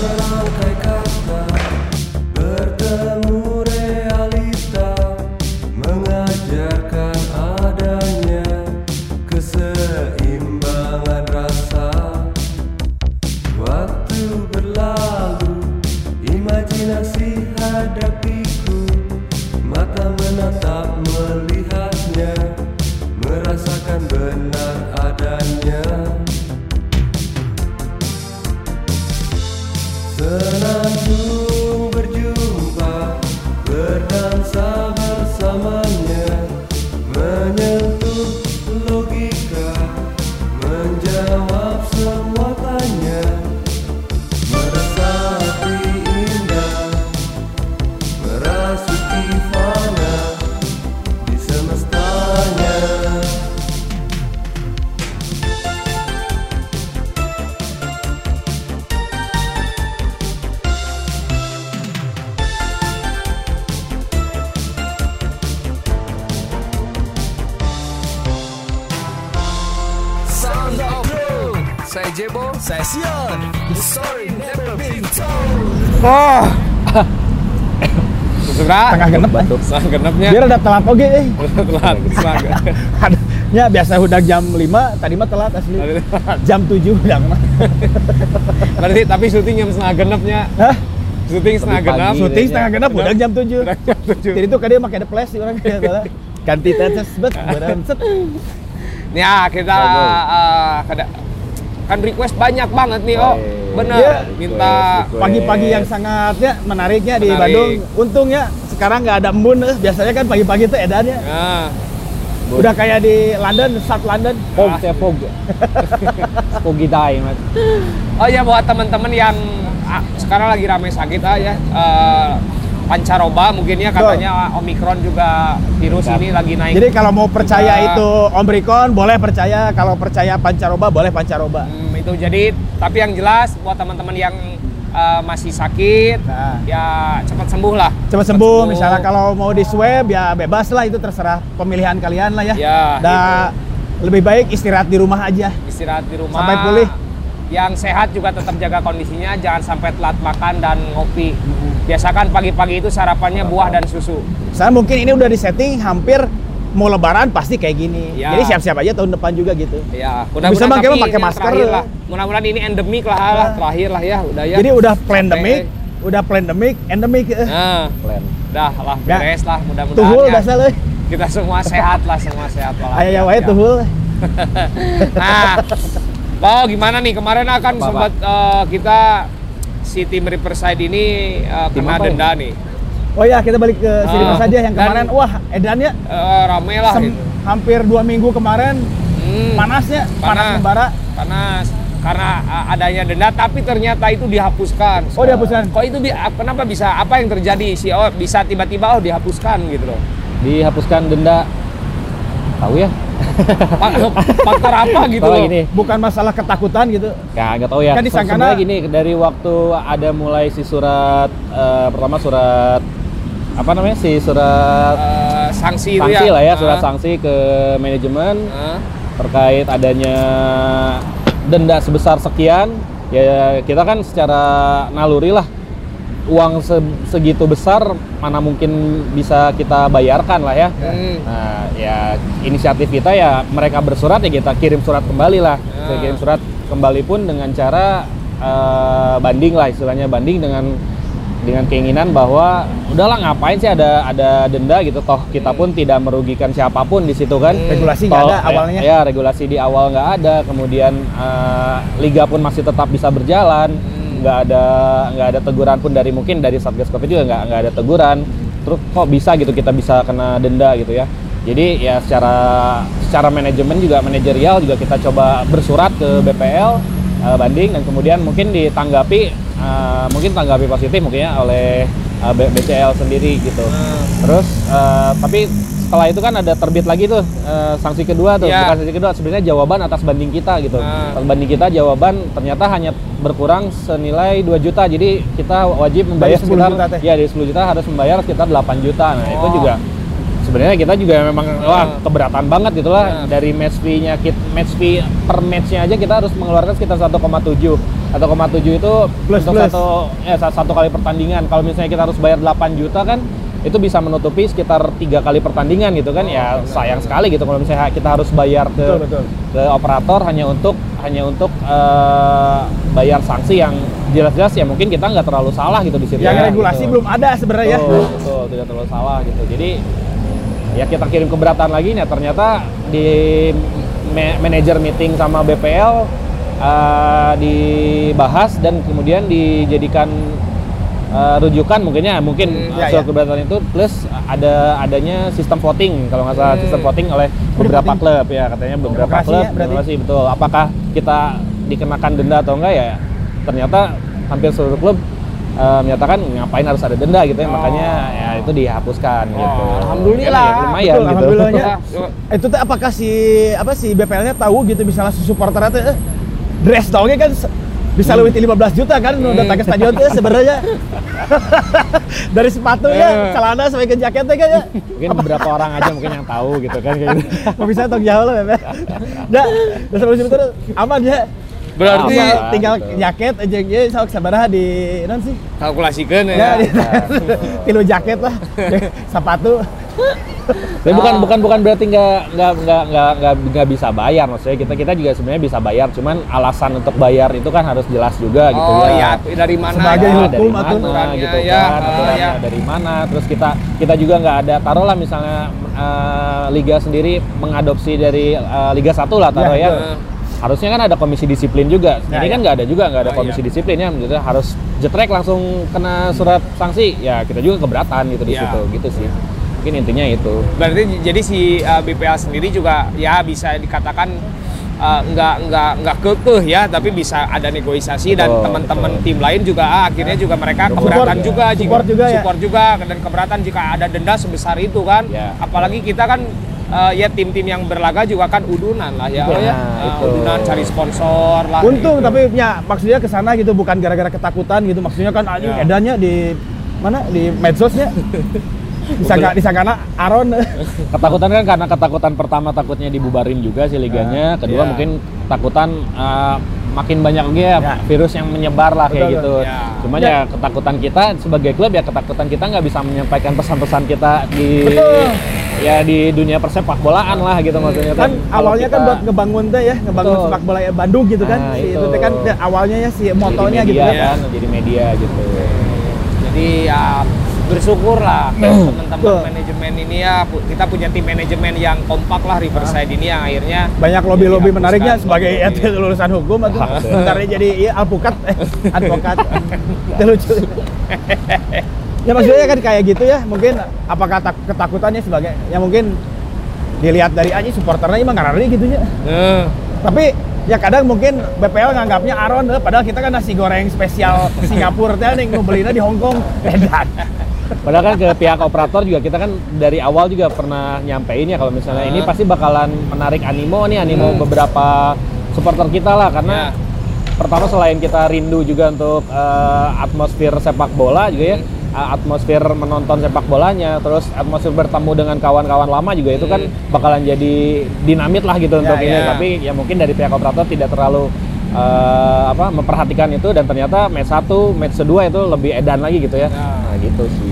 Serangkai kata bertemu realita, mengajarkan adanya keseimbangan rasa. Waktu berlalu, imajinasi hadapiku, mata menatap melihatnya, merasakan benar adanya. Senandung berjumpa, berdansa bersamanya, menyentuh logika, menjawab semua tanya, meresapi indah, merasuki fana di semestanya. Sound of Blue. Saya Jebo, saya Sion. The story never been told. Oh. Sudah Tengah genep setengah genepnya. biar ada telat oge Telat setengah. ya biasa udah jam 5 tadi mah telat asli jam 7 udah mah. Berarti tapi syuting jam setengah genepnya. Hah? Syuting setengah genep. Syuting setengah genep udah jam 7. Udah jam 7. Jadi itu kan dia pakai the flash orang kayak salah. Ganti tetes bet beran set. Ya kita kan request banyak banget nih, Oh. Bener. Iya. Minta Pagi-pagi yang sangatnya menariknya di Menarik. Bandung. Untungnya sekarang nggak ada embun. Biasanya kan pagi-pagi itu edannya. Nah, Udah kayak di London, South London. Fog ya fog. Foggy die mas. oh ya buat teman-teman yang sekarang lagi ramai sakit ya. Pancaroba mungkin ya katanya Omikron juga virus ini lagi naik. Jadi kalau mau percaya juga. itu Omikron boleh percaya, kalau percaya pancaroba boleh pancaroba. Itu jadi tapi yang jelas buat teman-teman yang masih sakit Nah. ya cepat sembuh lah. Cepat sembuh, misalnya kalau mau di swab ya bebas lah, itu terserah pemilihan kalian lah ya. Ya, Lebih baik istirahat di rumah aja. Istirahat di rumah Sampai pulih. Yang sehat juga tetap jaga kondisinya, jangan sampai telat makan dan ngopi. Biasakan pagi-pagi itu sarapannya buah dan susu. Saya mungkin ini udah disetting hampir mau lebaran pasti kayak gini. Ya. Jadi siap-siap aja tahun depan juga gitu. Ya, Bisa mudah-mudahan pakai tapi masker terakhir lah. Mudah-mudahan ini endemik lah, terakhir lah ya, udah ya. Jadi udah Sampai- pandemic, endemic. Nah, Plan. udah lah beres lah, mudah-mudahan Tuhul ya. dasar euy. Kita semua sehat lah, semua sehat lah. Aya ya wae tuhul. Nah, Bo, gimana nih kemarin akan sempat kita si tim Riverside ini Tim kena apa denda nih. Oh ya, kita balik ke sini saja yang dan- kemarin. Wah, edannya Rame lah gitu. hampir 2 minggu kemarin panasnya, panas membara. Panas karena adanya denda, tapi ternyata itu dihapuskan. Oh, dihapuskan. Kok itu kenapa bisa, apa yang terjadi sih? Oh, bisa tiba-tiba dihapuskan gitu loh. Dihapuskan denda. Tahu ya? Faktor apa gitu Tahu loh. gini. Bukan masalah ketakutan gitu. Ya nggak tahu ya. Kan disangkana- Sebenarnya gini, dari waktu ada mulai si surat pertama surat apa namanya si surat Sanksi itu sanksi ya. lah ya, surat sanksi ke manajemen Ah. terkait adanya denda sebesar sekian. Ya kita kan secara naluri lah, uang segitu besar mana mungkin bisa kita bayarkan lah ya. Nah ya inisiatif kita ya, mereka bersurat ya kita kirim surat kembali lah. Kita kirim surat kembali pun dengan cara banding lah, istilahnya banding dengan keinginan bahwa udahlah ngapain sih ada denda gitu, toh kita pun tidak merugikan siapapun di situ kan. Regulasi nggak ada awalnya. Ya regulasi di awal nggak ada, kemudian liga pun masih tetap bisa berjalan, nggak ada teguran pun dari Satgas Covid juga nggak ada teguran. Terus kok bisa gitu kita bisa kena denda gitu ya. Jadi ya secara manajemen juga manajerial juga kita coba bersurat ke BPL banding, dan kemudian mungkin ditanggapi tanggapi positif mungkin ya oleh BCL sendiri gitu. Terus tapi setelah itu kan ada terbit lagi tuh sanksi kedua tuh, bukan sanksi kedua, sebenarnya jawaban atas banding kita gitu. Atas banding kita jawaban ternyata hanya berkurang senilai 2 juta. Jadi kita wajib membayar Dari 10 juta teh? Ya dari 10 juta harus membayar sekitar 8 juta. Nah, itu juga sebenarnya kita juga memang wah keberatan banget gitu lah dari match fee per matchnya aja kita harus mengeluarkan sekitar 1,7 itu Plus. satu kali pertandingan. Kalau misalnya kita harus bayar 8 juta kan itu bisa menutupi sekitar 3 kali pertandingan gitu kan. Ya sayang sekali gitu kalau misalnya kita harus bayar Betul. ke operator hanya untuk bayar sanksi yang jelas-jelas ya mungkin kita nggak terlalu salah gitu di situ. Yang regulasi belum ada sebenarnya. Betul, tidak terlalu salah gitu. Jadi ya kita kirim keberatan lagi nih, ternyata di manajer meeting sama BPL dibahas dan kemudian dijadikan rujukan mungkin hasil keberatan itu plus adanya sistem voting kalau nggak salah sistem voting oleh beberapa klub ya katanya beberapa klub sih betul apakah kita dikenakan denda atau enggak ya ternyata hampir seluruh klub menyatakan ngapain harus ada denda gitu ya makanya ya itu dihapuskan gitu. Alhamdulillah. Ya, lumayan Betul, gitu. alhamdulillahnya. Itu tuh apakah si BPL-nya tahu gitu misalnya si supporternya tuh dress dognya kan bisa lebih 15 juta kan udah ke stadion tuh sebenarnya. Dari sepatu ya, celana sampai ke jaketnya kan ya. Mungkin beberapa orang aja mungkin yang tahu gitu kan kayak gitu. Mau bisa tong jauh lah Bebe. Dah sebelum itu aman ya. Berarti tinggal jaket aja ya sok sabaraha di non sih. kalkulasikan Ya, ya. tilu jaket lah. Sepatu. Tapi bukan berarti nggak bisa bayar maksudnya kita juga sebenarnya bisa bayar cuman alasan untuk bayar itu kan harus jelas juga gitu Oh ya. iya, dari mana Sebagai ya? hukum dari atau mana gitu ya, kan aturannya dari mana terus kita juga nggak ada taruhlah misalnya liga sendiri mengadopsi dari Liga 1 lah taruh ya. Harusnya kan ada komisi disiplin juga. Ini kan nggak ada komisi disiplin ya, maksudnya harus jetrek langsung kena surat sanksi. Ya kita juga keberatan gitu di situ, gitu sih. Mungkin intinya itu. Berarti jadi si BPL sendiri juga ya bisa dikatakan nggak kekeh ya, tapi bisa ada negosiasi dan teman-teman tim lain juga akhirnya juga mereka keberatan juga, support juga dan keberatan jika ada denda sebesar itu kan. Apalagi kita kan ya tim-tim yang berlaga juga kan udunan lah ya, udunan cari sponsor lah. Untung gitu. tapi ya maksudnya ke sana gitu bukan gara-gara ketakutan gitu. Maksudnya kan anjing edannya di mana di medsosnya. Disangkana Aron. Ketakutan kan karena ketakutan pertama takutnya dibubarin juga sih liganya, kedua mungkin takutan makin banyak lagi ya virus yang menyebar lah kayak gitu. Cuma ya ketakutan kita sebagai klub ya ketakutan kita nggak bisa menyampaikan pesan-pesan kita di di dunia persepak bolaan lah gitu maksudnya kan awalnya kan buat ngebangun sepak bola Bandung gitu kan. Itu kan awalnya ya si motonya gitu kan. Jadi media gitu. Jadi ya bersyukur lah teman-teman manajemen ini ya kita punya tim manajemen yang kompak lah Riverside ini yang akhirnya banyak lobby menariknya sebagai lulusan hukum atau bentarnya jadi advokat itu lucu ya maksudnya kan kayak gitu ya mungkin apakah ketakutannya sebagai ya mungkin dilihat dari aja supporternya emang ngarari gitu ya tapi ya kadang mungkin BPL nganggapnya Aron padahal kita kan nasi goreng spesial Singapura teh nih ngebelinya di Hong Kong edan. Padahal kan ke pihak operator juga kita kan dari awal juga pernah nyampein ya kalau misalnya ini pasti bakalan menarik animo beberapa supporter kita lah karena pertama selain kita rindu juga untuk atmosfer sepak bola juga ya atmosfer menonton sepak bolanya terus atmosfer bertemu dengan kawan-kawan lama juga itu kan bakalan jadi dinamit lah gitu untuk ini tapi ya mungkin dari pihak operator tidak terlalu memperhatikan itu dan ternyata match 1, match 2 itu lebih edan lagi gitu ya. Nah gitu sih.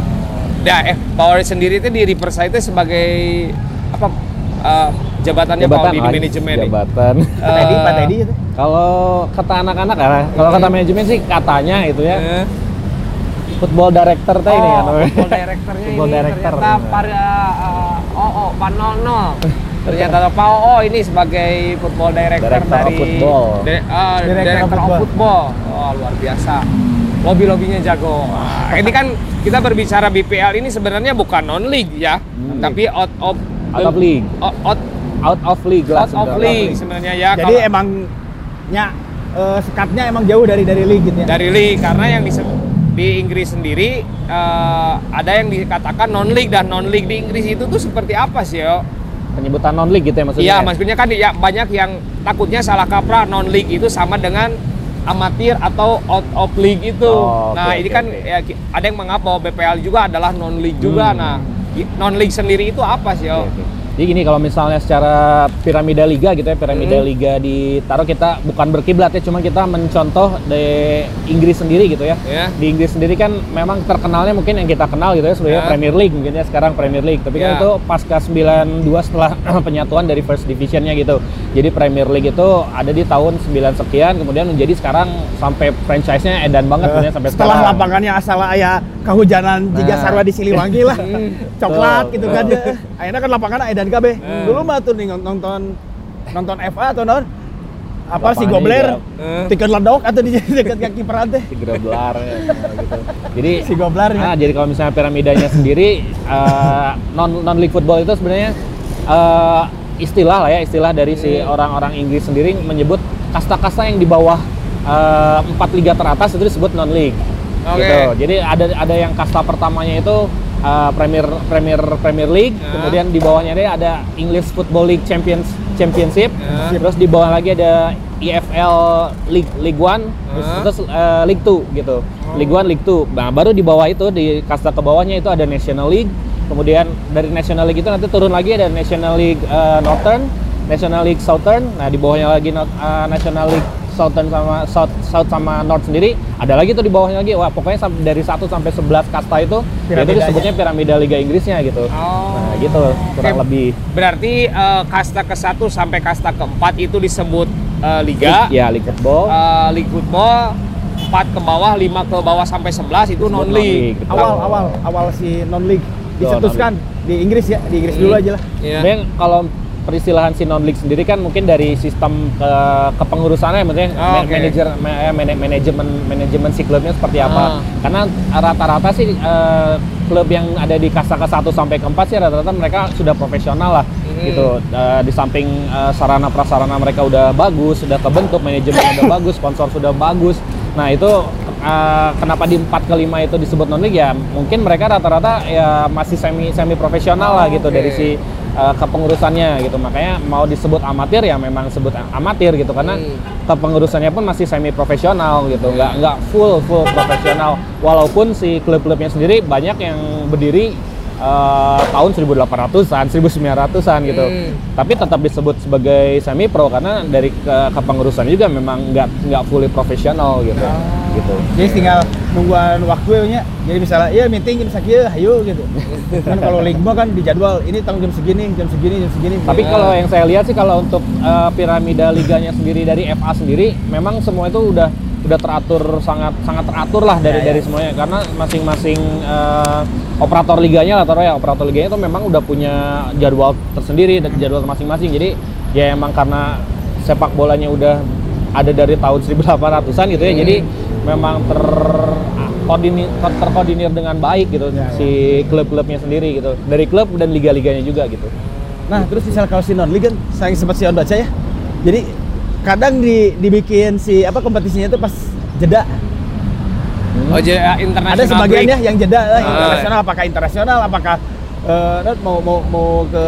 Power sendiri itu di Riverside itu sebagai apa jabatannya Pak di manajemen jabatan. Pak Teddy itu. Kalau kata anak-anak kalau kata manajemen sih katanya itu ya. Football director teh ini kan. Football directornya ini ternyata Pak Nono. Ternyata Pak OO ini sebagai football director dari Director of Football. Oh, luar biasa. Lobby-lobbynya jago. Ini kan kita berbicara BPL ini sebenarnya bukan non-league ya, tapi out of league. Out of league sebenarnya ya. Jadi emangnya sekatnya emang jauh dari league gitu ya. Dari league karena yang di Inggris sendiri ada yang dikatakan non-league dan non-league di Inggris itu tuh seperti apa sih yo? Penyebutan non-league gitu ya maksudnya? Iya, maksudnya kan ya banyak yang takutnya salah kaprah non-league itu sama dengan amatir atau out of league itu. Ini kan ya, ada yang menganggap bahwa BPL juga adalah non-league juga. Nah, non league sendiri itu apa sih, Om? Jadi gini, kalau misalnya secara piramida liga gitu ya, piramida liga ditaruh, kita bukan berkiblat ya, cuma kita mencontoh di Inggris sendiri gitu ya. Di Inggris sendiri kan memang terkenalnya mungkin yang kita kenal gitu ya sebelumnya Premier League mungkin ya, sekarang Premier League. Tapi kan itu pasca 92 setelah penyatuan dari First Division-nya gitu. Jadi Premier League itu ada di tahun 9 sekian, kemudian menjadi sekarang sampai franchise-nya edan banget sampai setelah sekarang. lapangannya asal aya kahujanan jiga sarwa di Siliwangi lah. Coklat gitu kan. Akhirnya kan lapangan edan kabeh. Dulu mah tuh nih nonton FA atau non apa si Gobler tiket ledok atau di dekat kaki peran teh si Gobler gitu. Jadi si Gobler ya. Jadi kalau misalnya piramidanya sendiri non league football itu sebenarnya istilah dari si orang-orang Inggris sendiri menyebut kasta-kasta yang di bawah 4 liga teratas itu disebut non league. Gitu. Jadi ada yang kasta pertamanya itu Premier League, kemudian di bawahnya ada English Football League Championship, terus di bawah lagi ada EFL League 1, terus League 2 gitu. League 1, League 2. Nah, baru di bawah itu di kasta ke bawahnya itu ada National League. Kemudian dari National League itu nanti turun lagi ada National League Northern, National League Southern. Nah, di bawahnya lagi National League Southern sama South sama North sendiri, ada lagi tuh di bawahnya lagi. Wah, pokoknya dari 1 sampai 11 kasta itu disebutnya piramida Liga Inggrisnya gitu. Nah, gitu kurang lebih. Berarti kasta ke-1 sampai kasta ke-4 itu disebut liga. League football. League football 4 ke bawah, 5 ke bawah sampai 11 itu non league. Awal si non league dicetuskan di Inggris ya, di Inggris dulu aja lah. Kemudian kalau peristilahan si non league sendiri kan mungkin dari sistem kepengurusannya, maksudnya manajemen si klubnya seperti apa. Karena rata-rata sih klub yang ada di kasta ke-1 sampai ke-4 sih rata-rata mereka sudah profesional lah gitu. Di samping sarana prasarana mereka udah bagus, sudah kebentuk, manajemennya udah bagus, sponsor sudah bagus. Nah, itu kenapa di 4 ke 5 itu disebut non league ya? Mungkin mereka rata-rata ya masih semi profesional lah gitu dari si kepengurusannya gitu. Makanya mau disebut amatir ya memang sebut amatir gitu, karena kepengurusannya pun masih semi profesional gitu, nggak full profesional. Walaupun si klub-klubnya sendiri banyak yang berdiri tahun 1800-an, 1900-an gitu. Tapi tetap disebut sebagai semi pro karena dari kepengurusan juga memang nggak fully profesional gitu. Gitu. Jadi tinggal nungguan waktunya. Jadi misalnya ya meeting jam sekieu hayu gitu. Kan kalau league mah kan dijadwal ini tanggal jam segini. Tapi kalau yang saya lihat sih kalau untuk piramida liganya sendiri dari FA sendiri memang semua itu udah teratur, sangat teratur lah dari semuanya, karena masing-masing operator liganya lah operator liganya itu memang udah punya jadwal tersendiri dan jadwal masing-masing. Jadi ya emang karena sepak bolanya udah ada dari tahun 1800-an gitu ya. Jadi memang terkoordinir dengan baik gitu si klub-klubnya sendiri gitu. Dari klub dan liga-liganya juga gitu. Nah, terus misal kalau si non league kan saya sempat Sion baca ya. Jadi kadang dibikin si kompetisinya itu pas jeda. Internasional. Ada sebagian ya yang jeda internasional, apakah internasional, apakah mau ke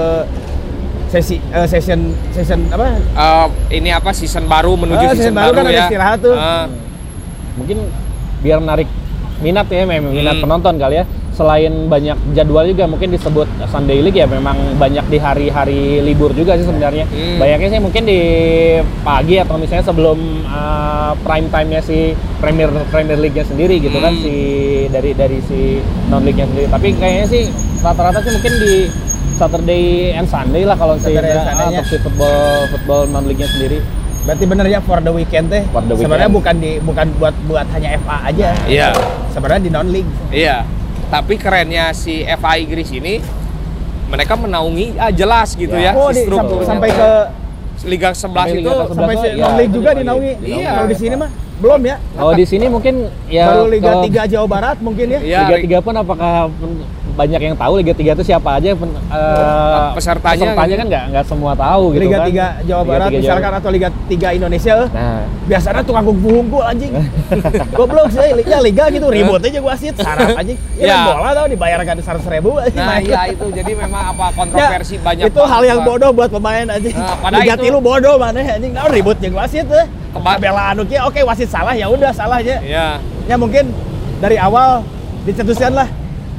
session apa? Ini apa season baru menuju season baru kan ya. Ada istirahat tuh. Mungkin biar menarik minat ya, minat penonton kali ya. Selain banyak jadwal juga mungkin disebut Sunday League ya, memang banyak di hari-hari libur juga sih sebenarnya. Banyaknya sih mungkin di pagi atau misalnya sebelum prime time-nya si Premier League-nya sendiri gitu kan, si dari si non league-nya sendiri. Tapi kayaknya sih rata-rata sih mungkin di Saturday and Sunday lah kalau si untuk si football non league-nya sendiri. Berarti bener ya for the weekend teh. Sebenarnya bukan buat hanya FA aja. Iya. Sebenarnya di non league. Iya. Tapi kerennya si FA Inggris ini mereka menaungi jelas gitu ya strukturnya. Sampai ke Liga 11 itu sampai non league juga dinaungi. Iya. Kalau di sini mah belum ya. Oh, di sini mungkin ya baru Liga 3 Jawa Barat mungkin ya. Liga 3 pun apakah banyak yang tahu Liga 3 itu siapa aja pesertanya kan nggak semua tahu gitu Liga kan. 3 Jawa Barat misalkan atau Liga 3 Indonesia. Nah, biasanya tukang hungkul anjing. Goblok sih liga gitu ribut aja gua wasit sarap anjing. Ya bola tau dibayarkan 100.000. Nah, iya itu jadi memang kontroversi banyak. Itu hal yang bodoh buat pemain anjing. Liga 3 bodoh mana anjing. Nah, ribut jeung wasit teh. Kebelaan oke wasit salah ya udah salahnya. Iya. Ya mungkin dari awal dicetuskan lah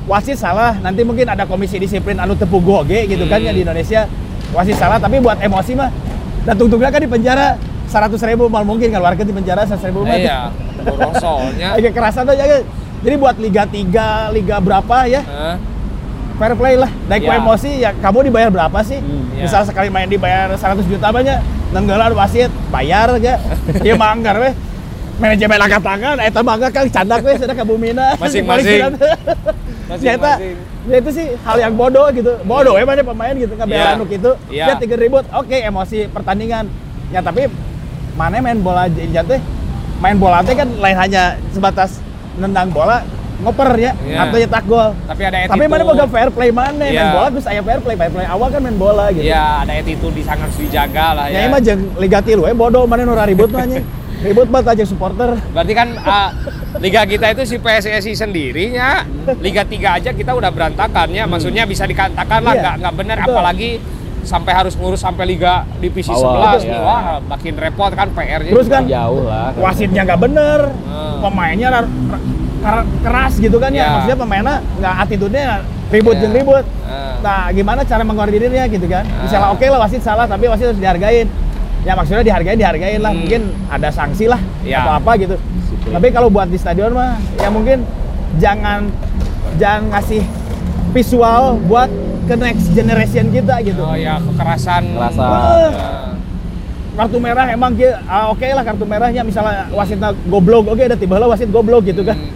wasit salah, nanti mungkin ada komisi disiplin anu tepuk goge gitu kan ya di Indonesia. Wasit salah, tapi buat emosi mah dan tungtungnya kan di penjara 100.000 mal mungkin kalau warga di penjara 100.000 mah. Iya, soalnya. Agak kerasan aja kan. Jadi buat Liga 3, Liga berapa ya? Fair play lah. Dari emosi ya kamu dibayar berapa sih? Misal sekali main dibayar 100 juta banyak, nenggelar wasit bayar aja. Dia manggar weh. Manajemen angkat tangan, eta mangga kan candak weh sudah ka Bumina. Masing-masing. Ya itu sih hal yang bodoh gitu. Bodoh emangnya pemain gitu ngebela anu gitu. Dia 3 ribut, oke emosi pertandingan. Ya tapi mana main bola jatuh? Main bola teh kan lain hanya sebatas nendang bola ngoper ya atau nyetak gol. Tapi ada attitude. Tapi mana boga fair play mana? Main bola terus aya fair play awal kan main bola gitu. Iya, ada attitude di sangat dijaga lah ya. Ya emang jeung Liga 3 bodoh mana nu ribut mah anjing. Ribut banget aja supporter. Berarti kan Liga kita itu si PSSI sendirinya, Liga 3 aja kita udah berantakan ya. Maksudnya bisa dikatakan lah nggak benar, apalagi sampai harus ngurus sampai Liga Divisi 11 nih. Wah, makin repot kan PR-nya. Terus kan jauh lah. Wasitnya nggak bener, pemainnya keras gitu kan ya. Maksudnya pemainnya nggak attitude-nya ribut jeung ribut. Nah, gimana cara mengkoordinirnya gitu kan? Misalnya oke lah wasit salah, tapi wasit harus dihargain. Ya maksudnya dihargain lah, mungkin ada sanksi lah atau apa gitu. Tapi kalau buat di stadion mah ya mungkin jangan ngasih visual buat ke next generation kita gitu. Oh ya, kekerasan. Kartu merah emang oke lah kartu merahnya, misalnya wasitnya goblok, oke ada tiba lah wasit goblok gitu kan.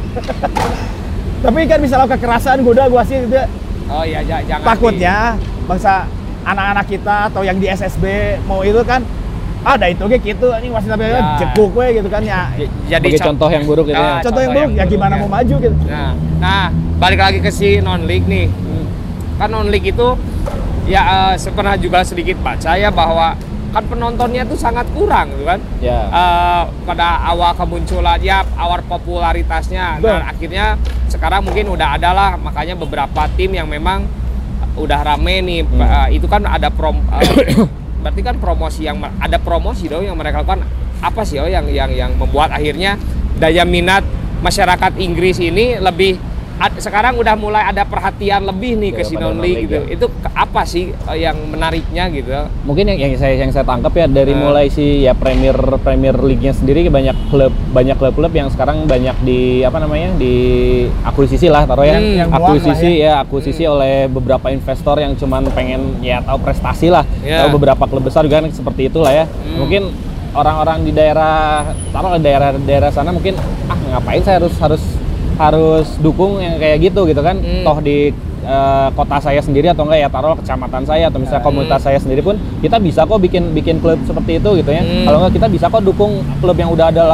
Tapi kan misalnya kekerasan goda wasit gitu. Oh iya, jangan. Takutnya bangsa anak-anak kita atau yang di SSB mau itu kan ada itu gitu anjing wasit tapi jekuk we gitu kan ya. Jadi contoh yang buruk gitu ya. Contoh yang buruk ya gimana mau maju gitu. Nah, balik lagi ke si non-league nih. Kan non-league itu ya pernah juga sedikit baca ya bahwa kan penontonnya tuh sangat kurang gitu kan. Pada awal kemunculan awal popularitasnya. Dan akhirnya sekarang mungkin udah ada lah, makanya beberapa tim yang memang udah rame nih. Itu kan ada berarti kan ada promosi dong yang mereka lakukan. Apa sih yang membuat akhirnya daya minat masyarakat Inggris ini lebih sekarang udah mulai ada perhatian lebih nih ke si non-league gitu. Itu apa sih yang menariknya gitu? Mungkin yang saya tangkap ya dari mulai si ya Premier League-nya sendiri banyak klub-klub yang sekarang banyak di akuisisi lah taruh ya. Akuisisi oleh beberapa investor yang cuman pengen ya tahu prestasi lah. Tahu beberapa klub besar juga kan seperti itulah ya. Mungkin orang-orang di daerah sana mungkin ngapain saya harus dukung yang kayak gitu kan. Toh di kota saya sendiri atau enggak ya taruh kecamatan saya atau misalnya komunitas saya sendiri pun kita bisa kok bikin klub seperti itu gitu ya. Kalau enggak kita bisa kok dukung klub yang udah ada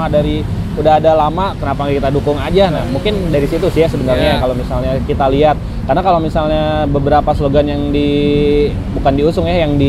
lama kenapa nggak kita dukung aja. Nah mungkin dari situ sih ya sebenarnya kalau misalnya kita lihat, karena kalau misalnya beberapa slogan yang bukan diusung ya, yang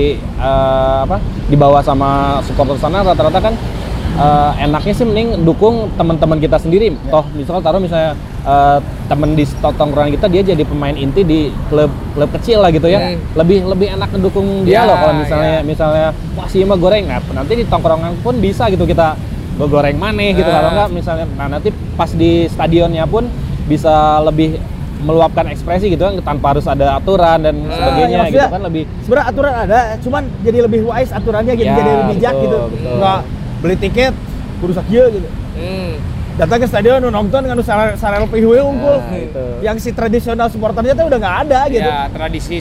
dibawa sama supporter sana rata-rata kan enaknya sih mending dukung teman-teman kita sendiri. Toh misalnya teman di tongkrongan kita dia jadi pemain inti di klub kecil lah gitu ya. Lebih enak ngedukung dia loh kalau misalnya wah si mah goreng, nanti di tongkrongan pun bisa gitu kita goreng maneh gitu. Kalau enggak misalnya nanti pas di stadionnya pun bisa lebih meluapkan ekspresi gitu kan tanpa harus ada aturan dan sebagainya gitu kan. Lebih sebenarnya aturan ada, cuman jadi lebih wise aturannya gitu, jadi lebih bijak gitu. Enggak beli tiket kudu sakieu gitu. Datang ke stadion nonton kan sarel pihuwe unggul. Yang si tradisional supporternya tuh udah nggak ada gitu. Ya, tradisi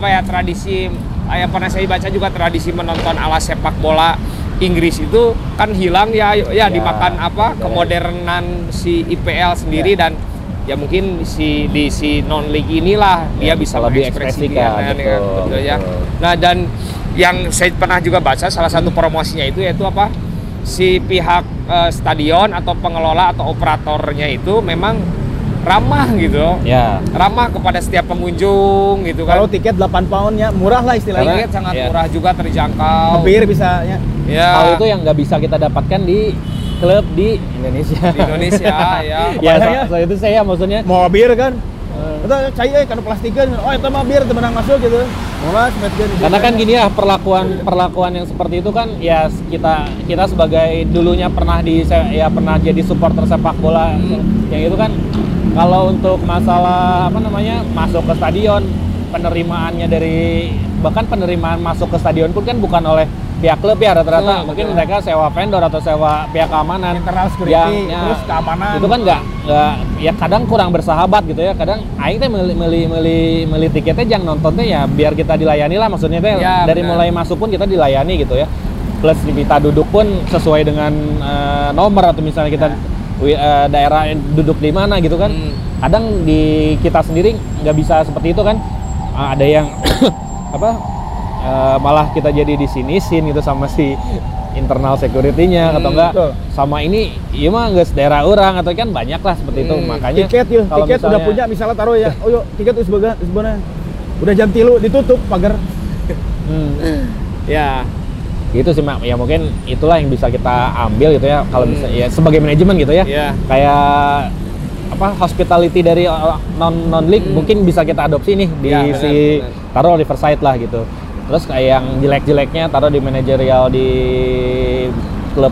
yang pernah saya baca juga, tradisi menonton ala sepak bola Inggris itu kan hilang dimakan kemodernan si IPL sendiri. Dan ya mungkin di non-league inilah dia bisa lebih ekspresikan betul ya. Nah, dan yang saya pernah juga baca salah satu promosinya itu yaitu si pihak stadion atau pengelola atau operatornya itu memang ramah gitu. Ramah kepada setiap pengunjung gitu kan. Kalau tiket 8 pound ya murah lah istilahnya. Tiket sangat murah juga, terjangkau. Hampir bisa ya. Hal itu yang nggak bisa kita dapatkan di klub di Indonesia. Di Indonesia ya. So itu saya maksudnya mau bir kan. Eta cai kanu plastikeun. Oh eta mah biar temenang masuk gitu. Mola semetkeun. Karena kan gini ya, perlakuan yang seperti itu kan ya kita sebagai dulunya pernah jadi supporter sepak bola yang itu kan, kalau untuk masalah masuk ke stadion, penerimaannya bahkan penerimaan masuk ke stadion pun kan bukan oleh pihak klub ya rata-rata, mungkin mereka sewa vendor atau sewa pihak keamanan, internal security, terus keamanan. Itu kan nggak ya kadang kurang bersahabat gitu ya. Kadang aing teh meli tiketnya jangan nontonnya ya biar kita dilayani lah, maksudnya teh dari mulai masuk pun kita dilayani gitu ya. Plus kita duduk pun sesuai dengan nomor, atau misalnya kita daerah duduk di mana gitu kan. Kadang di kita sendiri nggak bisa seperti itu kan. Ada yang malah kita jadi disinisin gitu sama si internal security-nya atau enggak sama ini iya mah nggak daerah orang, atau kan banyak lah seperti itu. Makanya tiket udah punya misalnya taruh ya, oh yuk tiket sebenarnya udah jam 3 ditutup pagar. Ya gitu sih Mak, ya mungkin itulah yang bisa kita ambil gitu ya kalau bisa ya sebagai manajemen gitu ya. Kayak hospitality dari non league mungkin bisa kita adopsi nih di taruh Riverside lah gitu. Terus kayak yang jelek-jeleknya taruh di manajerial di klub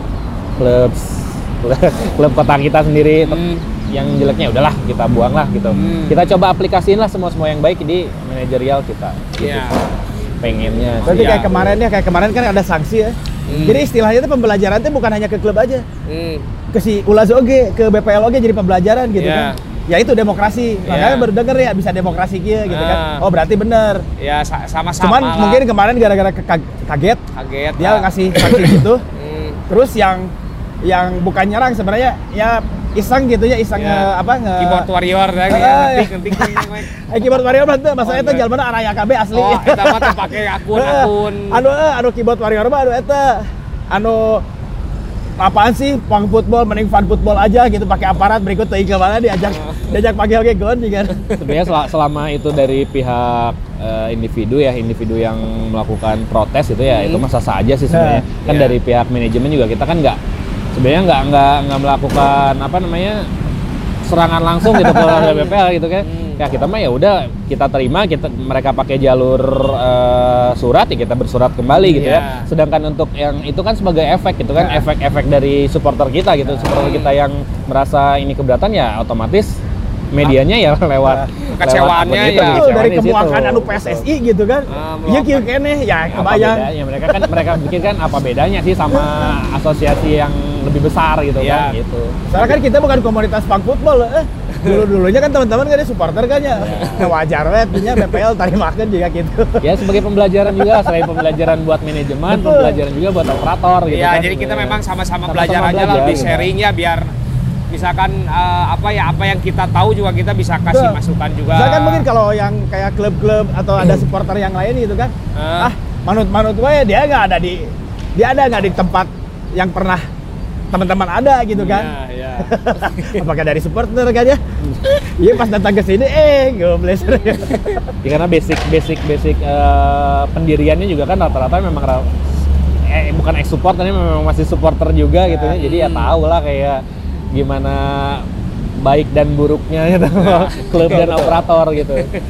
kota kita sendiri. Yang jeleknya udahlah kita buang lah gitu. Kita coba aplikasiin lah semua yang baik di manajerial kita gitu. Pengennya berarti kayak kemarin kan ada sanksi ya. Jadi istilahnya itu pembelajaran itu bukan hanya ke klub aja. Ke si Ulas oge, ke BPL oge jadi pembelajaran gitu kan. Ya itu demokrasi. Makanya baru denger ya bisa demokrasi gitu kan. Oh berarti bener. Ya sama-sama. Cuman lah. mungkin kemarin gara-gara kaget dia ngasih sanksi gitu. Terus yang bukan nyerang sebenarnya ya iseng gitu ya, keyboard warrior ngetik keyboard warrior bantu masalahnya itu jalan mana arah YKB asli. Oh, eta mah teh pake akun. Anu keyboard warrior mah eta apaan sih pang football, mending fun football aja gitu, pakai aparat berikut teuing ke mana diajak pakai oke gon kan. Sebenarnya selama itu dari pihak individu yang melakukan protes itu ya itu mah sah aja sih sebenarnya. Kan dari pihak manajemen juga kita kan nggak melakukan serangan langsung gitu ke BPL gitu kan. Ya kita mah ya udah kita terima, mereka pakai jalur surat ya kita bersurat kembali gitu ya. Sedangkan untuk yang itu kan sebagai efek gitu kan, efek dari supporter kita gitu. Supporter kita yang merasa ini keberatan ya otomatis medianya ya lewat kecewaannya dari kemuakan anu PSSI gitu kan. Iya kieu keneh ya kebayang. Ya mereka bikin kan apa bedanya sih sama asosiasi yang lebih besar gitu kan gitu. Soalnya kan kita bukan komunitas punk football dulunya kan teman-teman kan supporter kan ya. Wajar banget punya BPL tarimakeun juga gitu. Ya sebagai pembelajaran juga, selain pembelajaran buat manajemen, pembelajaran juga buat operator gitu kan. Ya jadi kita memang sama-sama belajar aja lah, lebih sharing ya biar misalkan apa yang kita tahu juga kita bisa kasih masukan juga. Misalkan mungkin kalau yang kayak klub-klub atau ada supporter yang lain gitu kan. Manut gue dia ada nggak di tempat yang pernah teman-teman ada gitu kan. Apakah dari supporter kan ya? Iya pas datang ke sini gobles. Ya, karena basic pendiriannya juga kan rata-rata memang bukan ex supporter, memang masih supporter juga gitu ya. Jadi ya tahu lah kayak gimana baik dan buruknya gitu klub dan operator gitu.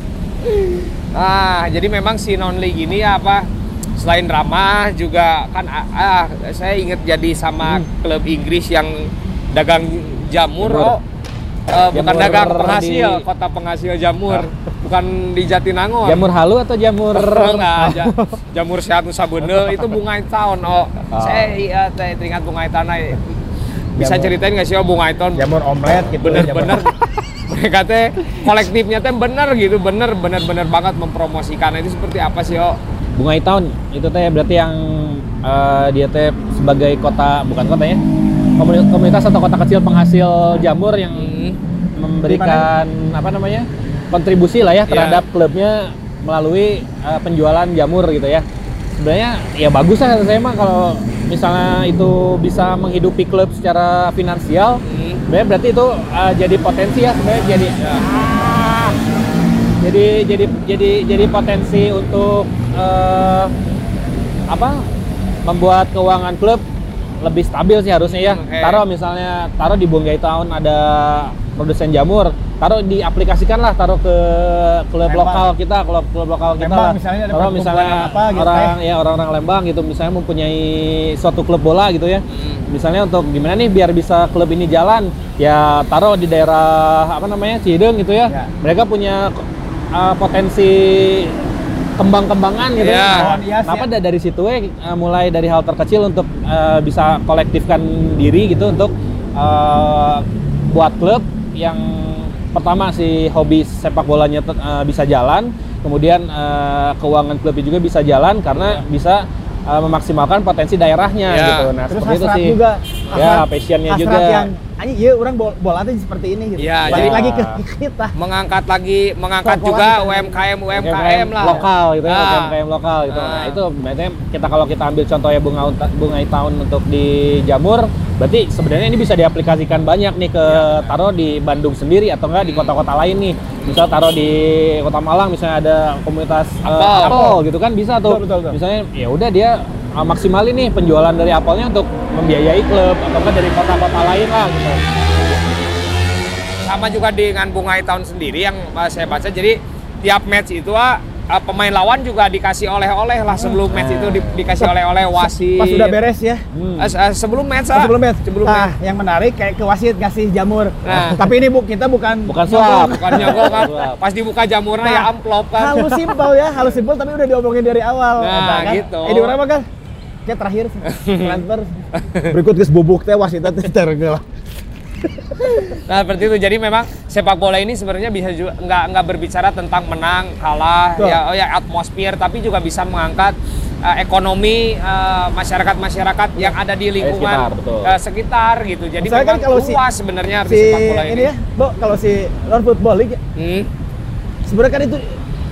Jadi memang si non-league ini selain ramah juga kan saya ingat jadi sama klub Inggris yang dagang jamur. Bukan dagang penghasil, kota penghasil jamur. Bukan di Jatinangor. Jamur halu atau jamur? Jamur sehat Nusa Beuneu itu Bunga Town. Saya teringat Bunga Town. Bisa ceritain nggak sih Bunga Town? Jamur omelet gitu. Bener. Mereka teh kolektifnya teh bener banget mempromosikan itu seperti apa sih Bunga Town itu teh berarti yang dia teh sebagai bukan kotanya, komunitas atau kota kecil penghasil jamur yang memberikan kontribusi lah ya terhadap klubnya melalui penjualan jamur gitu ya. Sebenarnya ya bagus lah saya mah kalau misalnya itu bisa menghidupi klub secara finansial. Sebenarnya berarti itu jadi potensi ya sebenarnya jadi potensi untuk membuat keuangan klub lebih stabil sih harusnya ya. Taruh di Bunga Town ada produsen jamur, diaplikasikan lah, taruh ke klub Lembang. lokal kita, klub lokal kita Lembang lah. misalnya ada Taruh misalnya perkumpulan apa gitu, orang-orang Lembang gitu, misalnya mempunyai suatu klub bola gitu ya. Misalnya untuk gimana nih biar bisa klub ini jalan, ya taruh di daerah Cihideung gitu ya. Ya. Mereka punya potensi kembang-kembangan gitu Ya. ya. Kenapa dari situ mulai dari hal terkecil untuk bisa kolektifkan diri gitu untuk buat klub yang pertama si hobi sepak bolanya bisa jalan, kemudian keuangan klubnya juga bisa jalan karena bisa memaksimalkan potensi daerahnya Ya. gitu. Nah, Terus seperti itu hasrat sih. juga, Ya, passionnya hasrat juga. yang iya orang bola tuh seperti ini gitu. Ya, Balik ya. lagi ke kita. mengangkat Pola-pola juga kita. UMKM lah. lokal gitu ya, Ah. UMKM lokal gitu. Nah, Ah. itu berarti kalau kita ambil contohnya bunga tahun untuk di jamur, berarti sebenarnya ini bisa diaplikasikan banyak nih ke taruh di Bandung sendiri atau enggak di kota-kota lain nih. Misal taruh di Kota Malang misalnya ada komunitas apel gitu kan bisa tuh. Betul. Misalnya ya udah dia maksimalin nih penjualan dari apelnya untuk membiayai klub atau enggak dari kota-kota lain lah gitu. Sama juga dengan Bunga Tahun sendiri yang saya baca, jadi tiap match itu pemain lawan juga dikasih oleh-oleh lah sebelum match itu dikasih oleh-oleh wasit. Pas udah beres ya. Sebelum match Sebelum match. sebelum Nah, match. yang menarik kayak ke wasit ngasih jamur. Nah. Tapi ini kita bukan suap. Bukan nyogok kan. Pas dibuka jamurnya ya amplop kan. Halus simpel tapi udah diomongin dari awal. Nah, kan? gitu. Di orang apa kan? Kayak terakhir transfer. Berikut guys bubuk teh wasit teh tergelah. Nah, seperti itu. Jadi memang sepak bola ini sebenarnya bisa juga nggak berbicara tentang menang, kalah, Betul. ya atmosfer, tapi juga bisa mengangkat ekonomi masyarakat yang ada di lingkungan sekitar, betul. sekitar gitu. Jadi Misalnya memang kan kalau luas sebenarnya arti sepak bola ini. ya, Bo, kalau si non football league sebenarnya kan itu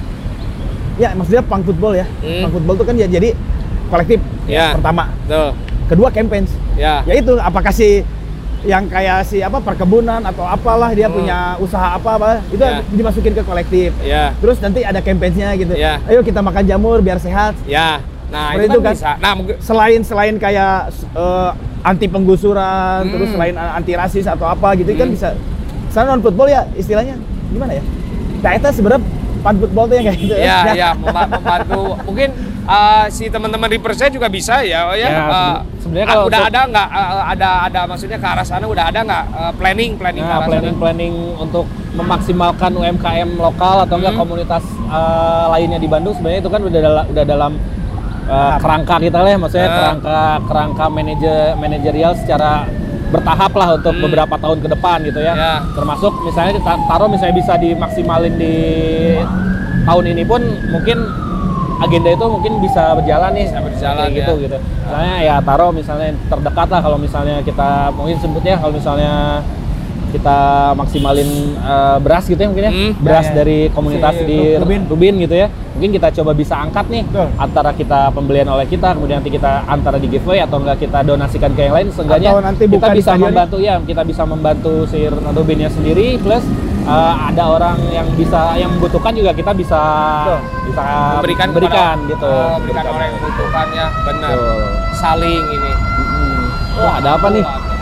ya maksudnya punk football ya. Punk football itu kan ya jadi kolektif Ya. pertama. Tuh. Kedua campaigns. Ya. Yaitu apakah si yang kayak si perkebunan atau apalah dia punya usaha apa itu Ya. dimasukin ke kolektif. Ya. Terus nanti ada campaign-nya gitu. Ya. Ayo kita makan jamur biar sehat. Ya. Nah, Seperti itu kan bisa. Nah, Selain kayak anti penggusuran, terus selain anti rasis atau apa gitu kan bisa. Sana non football ya istilahnya gimana ya? Nah, itu sebenarnya pan football tuh yang kayak gitu. ya membantu mungkin si teman-teman di Persija juga bisa ya sebenarnya kalau udah untuk- ada nggak ada maksudnya ke arah sana udah ada nggak planning ke Nah, arah sana? planning untuk memaksimalkan UMKM lokal atau enggak komunitas lainnya di Bandung sebenarnya itu kan udah dalam kerangka kita lah ya, maksudnya kerangka manajerial secara bertahap lah untuk beberapa tahun ke depan gitu ya. Ya. Termasuk misalnya taruh misalnya bisa dimaksimalin di tahun ini pun mungkin agenda itu mungkin bisa berjalan nih, Bisa berjalan, kayak gitu. Misalnya ya taruh misalnya terdekat lah kalau misalnya kita mungkin sebutnya kalau misalnya kita maksimalin beras gitu ya mungkin ya, beras Ya. dari komunitas Si di Rubin gitu ya. Mungkin kita coba bisa angkat nih Betul. antara kita pembelian oleh kita, kemudian nanti kita antara di giveaway atau enggak kita donasikan ke yang lain, seenggaknya Atau nanti kita buka di bisa stadion. membantu ya, kita bisa membantu si Rubinnya sendiri plus ada orang yang membutuhkan juga kita bisa Memberikan gitu. memberikan orang yang membutuhkan ya, benar. Betul. Saling ini. Wah, ada apa nih?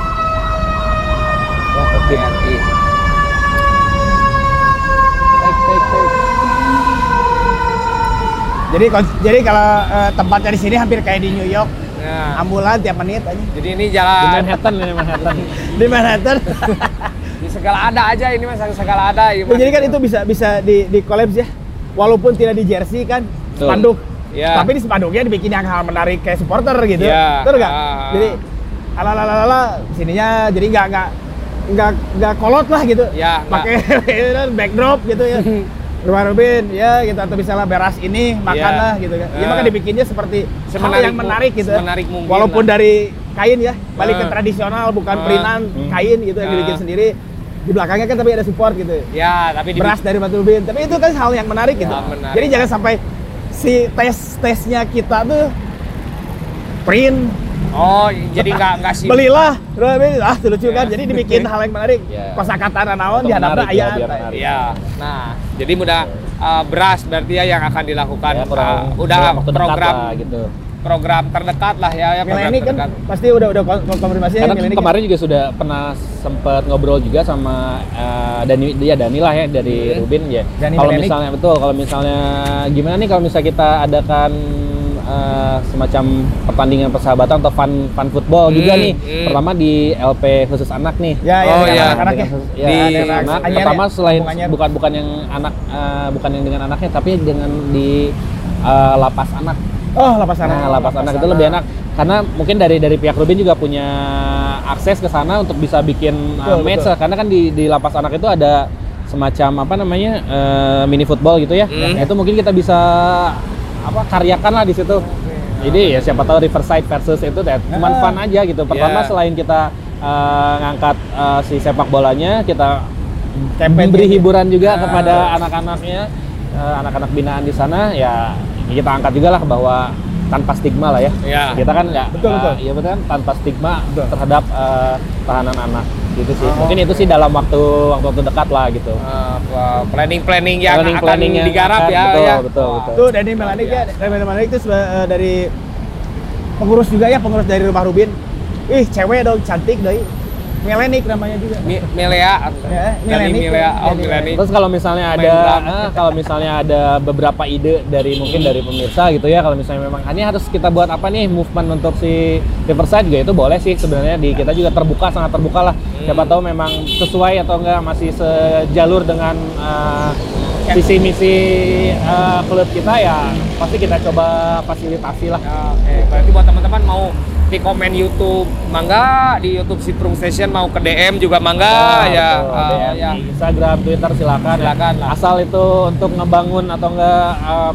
Wah, oke. TNI. Jadi kalau tempatnya di sini hampir kayak di New York, Nah, ambulan tiap menit aja. jadi ini Di jalan Manhattan ini Manhattan. Di Manhattan. di segala ada aja ini mas, segala ada. Ya, jadi kan itu bisa di kolaps ya. Walaupun tidak di jersey kan, Betul. spanduk. Ya. Tapi di spanduknya dibikin yang hal menarik kayak supporter gitu. Ya. Betul nggak? Ah. Jadi ala sininya jadi nggak kolot lah gitu. Ya, nggak. Pakai backdrop gitu ya. Rumah Rubin ya gitu atau misalnya beras ini makan Ya. lah gitu kan. Ya Ah. maka dibikinnya seperti hal Semenarik yang menarik gitu. semenarik mungkin Walaupun lah. dari kain ya, balik ke Ah. tradisional bukan Ah. printan kain gitu yang Ah. dibikin sendiri. Di belakangnya kan tapi ada support gitu. Ya, tapi Beras dari Batu Rubin. Tapi itu kan hal yang menarik gitu. menarik. Jadi jangan sampai si tesnya kita tuh print, Oh, jadi nggak sih. belilah, Rubin, itu lucu kan. Ya. Jadi dibikin hal yang menarik. Ya. Kosakata naon Untuk di hadapna menarik ya, aya. biar menarik. Iya. Nah, jadi mudah beras berarti ya yang akan dilakukan Ya, kurang udah dalam waktu dekat program lah, gitu. program terdekat lah ya program Mileni kan terdekat. pasti udah konfirmasi ya Karena Mileni. kemarin juga sudah pernah sempat ngobrol juga sama Dani lah ya dari Rubin ya. Dani Kalau Mileni. misalnya kalau misalnya gimana nih kalau misalnya kita adakan semacam pertandingan persahabatan atau fun football juga nih. Pertama di LP khusus anak nih. Ya, Oh, iya. anak-anak ya. Ya, Di anak. Anyer Pertama ya? selain Anyer. bukan yang anak bukan yang dengan anaknya tapi dengan di lapas anak. Oh, lapas anak. Nah, lapas anak itu lebih enak karena mungkin dari pihak Rubin juga punya akses ke sana untuk bisa bikin Betul, match betul. karena kan di lapas anak itu ada semacam apa namanya mini football gitu ya. Nah, itu mungkin kita bisa karyakan lah di situ. Jadi ya siapa tahu Riverside versus itu cuman fun aja gitu. Pertama Yeah. selain kita ngangkat si sepak bolanya, kita Campaign beri gitu. hiburan juga kepada anak-anaknya, anak-anak binaan di sana ya kita angkat juga lah bahwa tanpa stigma lah ya. Iya. Kita kan nggak Betul. iya betul kan tanpa stigma Betul. terhadap tahanan anak gitu sih. Mungkin itu sih dalam waktu dekat lah gitu. Planning yang Planning akan yang digarap akan- ya. betul, ya. betul, Wah. betul. Tuh Dani Melanik ya, Dani Melanik itu dari pengurus juga ya, pengurus dari Rumah Rubin. Ih, cewek dong, cantik doi. Melanik namanya juga. Milea. Ya, Dani Mileni. Milea. Oh, Dani Mileni. Terus kalau misalnya Main ada beberapa ide dari mungkin dari pemirsa gitu ya, kalau misalnya memang ini harus kita buat apa nih movement untuk si Riverside juga itu boleh sih sebenarnya kita juga terbuka, sangat terbuka lah. Siapa tahu memang sesuai atau enggak masih sejalur dengan visi misi klub kita ya pasti kita coba fasilitasi lah. Ya, oke. Berarti buat teman-teman mau di komen YouTube mangga, di YouTube Siprung Station mau ke DM juga mangga ya. Betul. DM Ya. di Instagram, Twitter silakan. Silakan lah. Asal itu untuk ngebangun atau enggak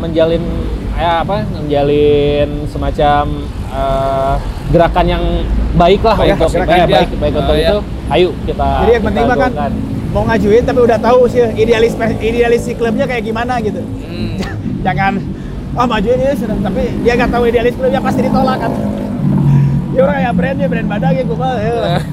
menjalin semacam gerakan yang baik lah Ya, untuk gerakan yang baik untuk ya. itu. Ayo kita. Jadi yang penting mah kan gaungkan. mau ngajuin tapi udah tahu sih idealis si klubnya kayak gimana gitu. Jangan majuin ini sudah tapi dia nggak tahu idealis klubnya pasti ditolak kan. Ya orang kayak brand badak ya gue mah.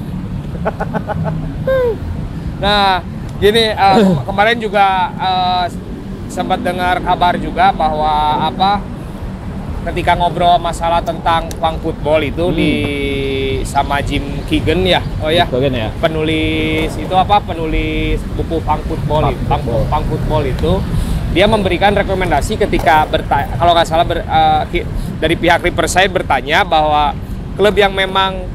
Nah, gini kemarin juga sempat dengar kabar juga bahwa ketika ngobrol masalah tentang punk football itu di sama Jim Keegan ya. Oh ya. Keegan ya. Penulis buku punk football, Punk football. punk football itu dia memberikan rekomendasi ketika kalau nggak salah dari pihak Riverside bertanya bahwa klub yang memang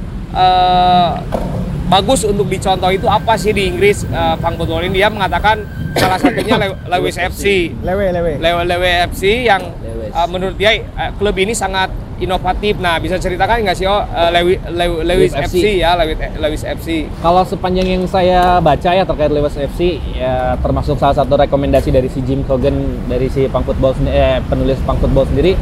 bagus untuk dicontoh itu apa sih di Inggris punk football ini. Dia mengatakan salah satunya Lewis FC. Lewe FC yang menurut dia klub ini sangat inovatif. Nah, bisa ceritakan nggak sih Lewis FC ya, Lewis FC. Kalau sepanjang yang saya baca ya terkait Lewis FC ya termasuk salah satu rekomendasi dari si Jim Keegan dari si punk football penulis punk football sendiri,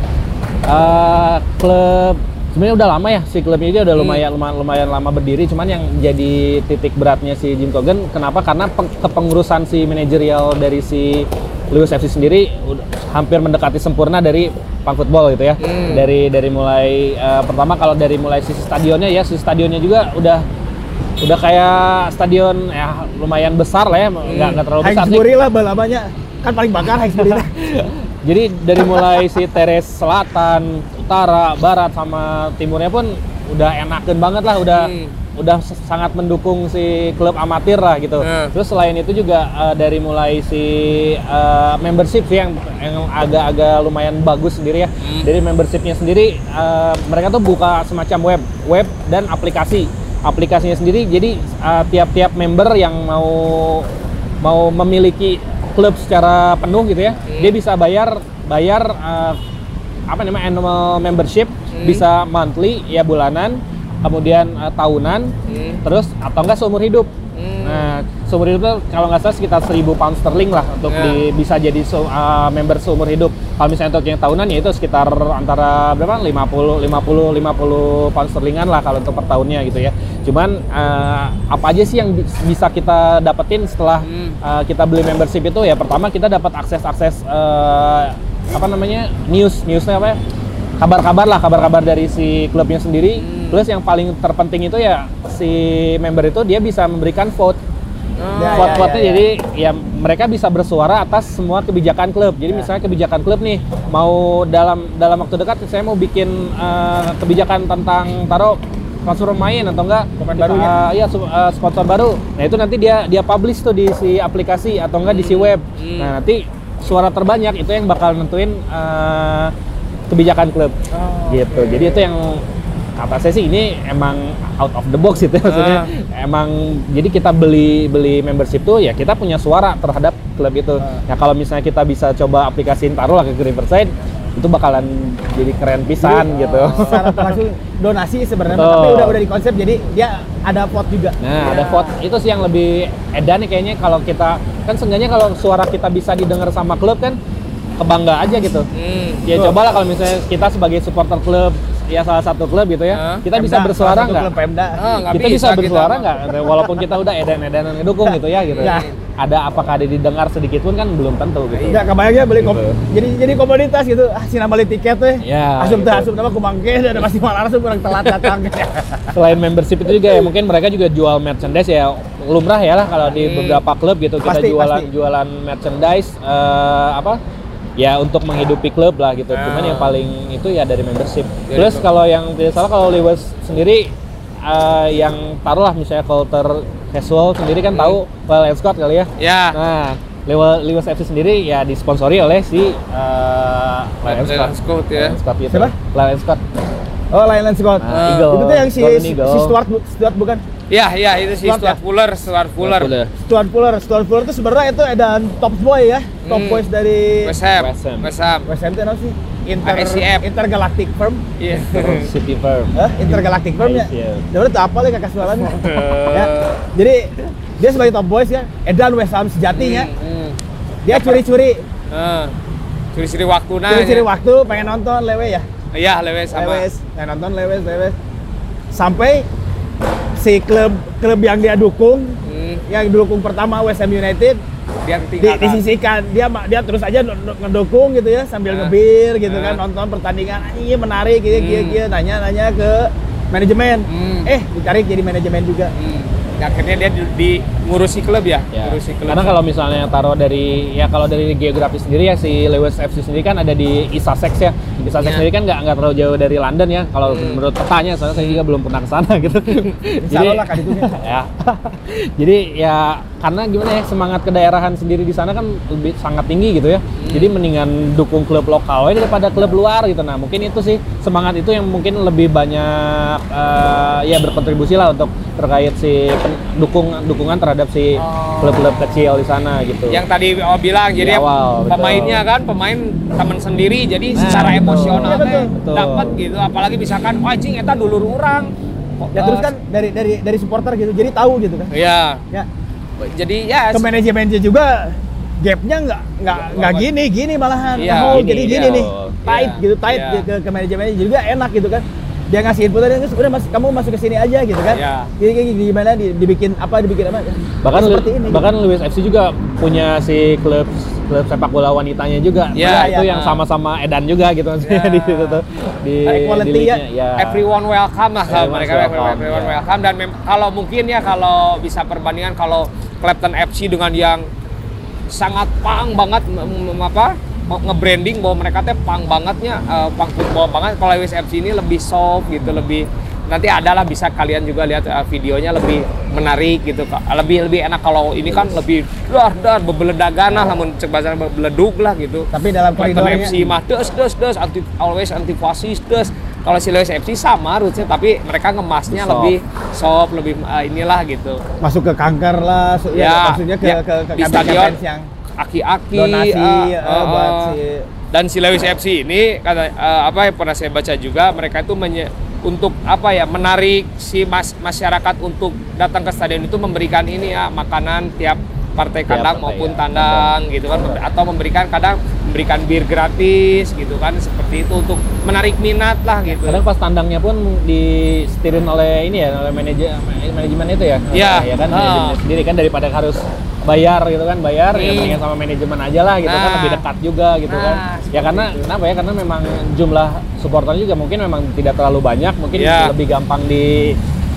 klub sebenarnya udah lama ya si klubnya ini udah lumayan lama berdiri, cuman yang jadi titik beratnya si Jim Keegan kenapa? Karena kepengurusan si manajerial dari si Lewis FC sendiri hampir mendekati sempurna dari punk football gitu ya. Dari mulai pertama kalau dari mulai sisi stadionnya juga udah kayak stadion ya lumayan besar lah ya, nggak terlalu besar sih. Hainsbury lah balamanya kan paling bakar Hainsbury. Jadi dari mulai si teres selatan, utara, barat sama timurnya pun udah enakeun banget lah, udah sangat mendukung si klub amatir lah gitu. Terus selain itu juga dari mulai si membership sih yang agak-agak lumayan bagus sendiri ya. Dari membershipnya sendiri mereka tuh buka semacam web dan aplikasinya sendiri. Jadi tiap-tiap member yang mau memiliki klub secara penuh gitu ya, dia bisa bayar annual membership, bisa monthly ya bulanan, kemudian tahunan, terus atau enggak seumur hidup. Nah, seumur hidup itu kalau nggak salah sekitar 1.000 pound sterling lah untuk bisa jadi member seumur hidup. Kalau misalnya untuk yang tahunan ya itu sekitar antara berapa? 50 pound sterlingan lah kalau untuk per tahunnya gitu ya. Cuman apa aja sih yang bisa kita dapetin setelah kita beli membership itu ya? Pertama kita dapat akses newsnya apa ya? Kabar-kabar dari si klubnya sendiri. Plus yang paling terpenting itu ya si member itu dia bisa memberikan vote Vote-vote-nya jadi ya mereka bisa bersuara atas semua kebijakan klub. Jadi misalnya kebijakan klub nih mau dalam waktu dekat saya mau bikin kebijakan tentang transfer pemain atau enggak sponsor baru. Nah itu nanti dia publish tuh di si aplikasi atau enggak di si web. Nah nanti suara terbanyak itu yang bakal nentuin kebijakan klub gitu. Jadi itu yang kata saya sih ini emang out of the box gitu ya, maksudnya emang jadi kita beli membership tuh ya kita punya suara terhadap klub itu. Ya kalau misalnya kita bisa coba aplikasiin taruhlah ke Riverside itu bakalan jadi keren pisan gitu. Secara langsung donasi sebenarnya tapi udah di konsep jadi dia ada vote juga. Nah, ada vote itu sih yang lebih edan nih kayaknya kalau kita kan seenggaknya kalau suara kita bisa didengar sama klub kan kebangga aja gitu. Ya cobalah kalau misalnya kita sebagai supporter klub ya salah satu klub gitu ya, kita bisa bersuara nggak? Kita bisa bersuara nggak? Walaupun kita udah edan-edanan ngedukung gitu ya gitu. Apakah ada didengar sedikit pun kan belum tentu gitu. Nggak kebayang ya beli jadi komoditas gitu. Sina beli tiket tuh. Asup nama kumangke ada masih malah asup kurang telat datang. Selain membership itu juga ya mungkin mereka juga jual merchandise ya lumrah ya lah kalau di beberapa klub gitu kita jualan merchandise ya untuk menghidupi klub lah gitu. Cuman yang paling itu ya dari membership. Terus kalau yang tidak salah kalau Lewis sendiri yang taruhlah misalnya culture casual sendiri kan tahu Lyle Scott kali ya. Nah, Lewis FC sendiri ya disponsori oleh si Lyle Scott ya. Siapa? Lyle Scott. Oh, Lyle Scott. Itu tuh yang si Stuart bukan? Iya itu si Stuart Fuller itu sebenarnya itu edan top boy ya, top boys dari West Ham itu apa sih? Intergalactic Firm. City Firm. Intergalactic Firm ya. Udah tuh apa lagi kakak sualan. Ya. Jadi dia sebagai top boys ya, edan West Ham sejatinya. Dia curi-curi waktu Curi-curi waktu pengen nonton Lewe ya. Iya, Lewes sama. Pengen nonton Lewes. Sampai si klub yang dia dukung, yang dukung pertama West Ham United, dia disisihkan, dia terus aja ngedukung gitu ya sambil ngebir gitu kan, nonton pertandingan, ini menarik gitu, nanya ke manajemen, ditarik jadi manajemen juga. Akhirnya dia ngurusi klub ya. Ngurusi klub. Karena kalau misalnya taruh dari geografis sendiri ya si Lewis FC sendiri kan ada di East Sussex ya. East Sussex sendiri kan nggak terlalu jauh dari London ya. Kalau menurut petanya soalnya saya juga belum pernah ke sana gitu. Jadi ya. Jadi ya karena gimana ya semangat kedaerahan sendiri di sana kan sangat tinggi gitu ya. Jadi mendingan dukung klub lokal daripada klub luar gitu. Nah, mungkin itu sih semangat itu yang mungkin lebih banyak berkontribusi lah untuk terkait si dukungan terhadap si klub-klub kecil di sana gitu. Yang tadi bilang jadi pemainnya kan pemain teman sendiri jadi secara emosional dapat gitu, apalagi misalkan anjing eta dulur urang. Ya terus kan dari supporter gitu. Jadi tahu gitu kan. Iya. Ya. Jadi ya ke manajemennya juga gapnya nggak gini malahan. Jadi gini nih tight ke manajemennya juga enak gitu kan. Dia ngasih input tadi udah kamu masuk ke sini aja gitu kan. Gimana dibikin apa. Bahkan Lewis FC juga punya si klub sepak bola wanitanya juga. Itu yang sama-sama edan juga gitu maksudnya di situ tuh. Di quality ya. Everyone welcome lah mereka everyone welcome dan kalau mungkin ya kalau bisa perbandingan kalau Clapton FC dengan yang sangat pang banget nge-branding bahwa mereka teh pang bangetnya, pang football banget. Kalau Lewis FC ini lebih soft gitu, lebih nanti adalah bisa kalian juga lihat videonya lebih menarik gitu, lebih enak. Kalau ini kan lebih dar bebeledagan lah, namun bahasa beleduk lah gitu. Tapi dalam koridornya FC mah des always anti fasis des. Kalau si Lewis FC sama rootsnya, tapi mereka ngemasnya lebih soft, lebih inilah gitu. Masuk ke kanker lah, maksudnya ke stadion yang aki-aki donasi buat dan si Lewis FC ini kata yang pernah saya baca juga mereka itu untuk menarik si masyarakat untuk datang ke stadion itu memberikan ini ya makanan tiap partai kandang maupun tandang gitu kan, atau memberikan bir gratis gitu kan, seperti itu untuk menarik minat lah gitu. Kadang pas tandangnya pun disetirin oleh oleh manajemen itu ya. Iya kan manajemen sendiri kan daripada harus bayar gitu kan, ya mendingan sama manajemen aja lah gitu kan, lebih dekat juga gitu kan. Ya karena kenapa ya? Karena memang jumlah supporter juga mungkin memang tidak terlalu banyak, mungkin lebih gampang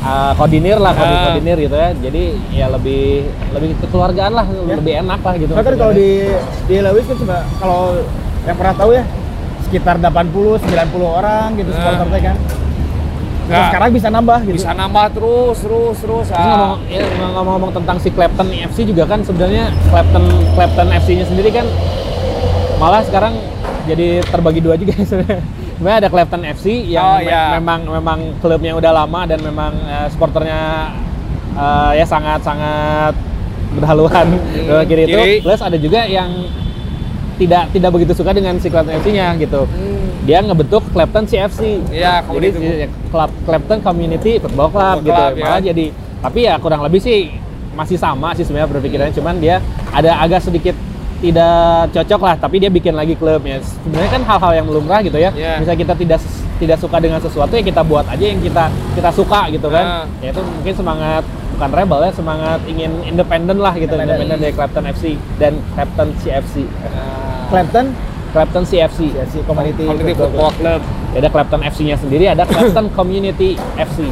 koordinir koordinir gitu ya. Jadi ya lebih kekeluargaan lah, lebih enak lah gitu. Kan kalau di Lewis kan cuma kalau yang pernah tahu ya sekitar 80-90 orang gitu supporternya kan. Terus sekarang bisa nambah gitu. Bisa nambah terus. Terus ngomong tentang si Clapton FC juga kan sebenarnya Clapton FC-nya sendiri kan malah sekarang jadi terbagi dua juga sebenarnya. Sebenarnya ada Clapton FC yang memang klubnya udah lama dan memang supporternya ya sangat berhaluan kiri itu. Plus ada juga yang tidak begitu suka dengan si Clapton FC-nya gitu. Dia ngebentuk Clapton CFC. Iya, jadi Clapton Community Football Club gitu. Malah jadi tapi ya kurang lebih sih masih sama sih sebenarnya berpikirannya, cuman dia ada agak sedikit tidak cocok lah, tapi dia bikin lagi klubnya. Sebenarnya kan hal-hal yang lumrah gitu ya. Misalnya kita tidak suka dengan sesuatu ya kita buat aja yang kita suka gitu kan. Ya itu mungkin semangat bukan rebel ya, semangat ingin independen lah gitu, independen dari Clapton FC dan Clapton CFC. Clapton CFC, Community Football Club. Ada Clapton FC-nya sendiri, ada Clapton Community FC.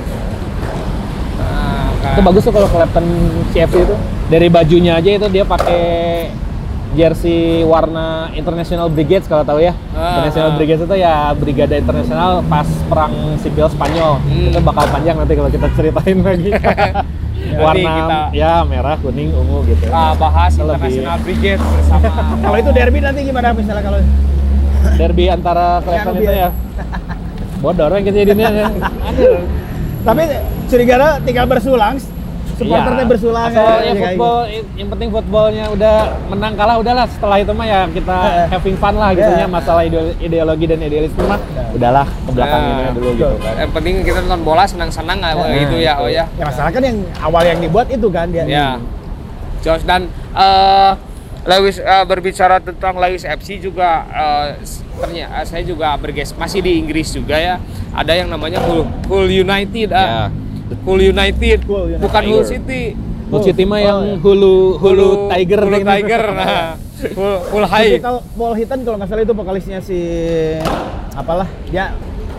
Itu bagus tuh kalau Clapton CFC itu. Dari bajunya aja itu dia pakai jersey warna International Brigades kalau tahu ya. International Brigades itu ya brigade internasional pas perang sipil Spanyol. Itu bakal panjang nanti kalau kita ceritain lagi. Warna ya merah, kuning, ungu gitu. Bahas International Brigade bersama. Kalau itu derby nanti gimana misalnya kalau derby antara Clapton itu ya? Bodor yang kita jadinya. Tapi Serigala tinggal bersulang. Supporternya bersulang ya football, yang penting footballnya udah menang kalah udahlah, setelah itu mah ya kita having fun lah gitu ya. Masalah ideologi dan idealisme mah udahlah ke belakangnya dulu gitu kan. Yang penting kita nonton bola senang-senang gitu ya. Ya masalah kan yang awal yang dibuat itu kan dia. Ya. Josh dan Lewis berbicara tentang Lewis FC juga ternyata saya juga masih di Inggris juga ya. Ada yang namanya Hull United. Hull United, bukan Hull City. Hull City mah yang Hulu Tiger. Nah, Hull High. Paul Hitton kalau nggak salah itu vokalisnya si apalah dia.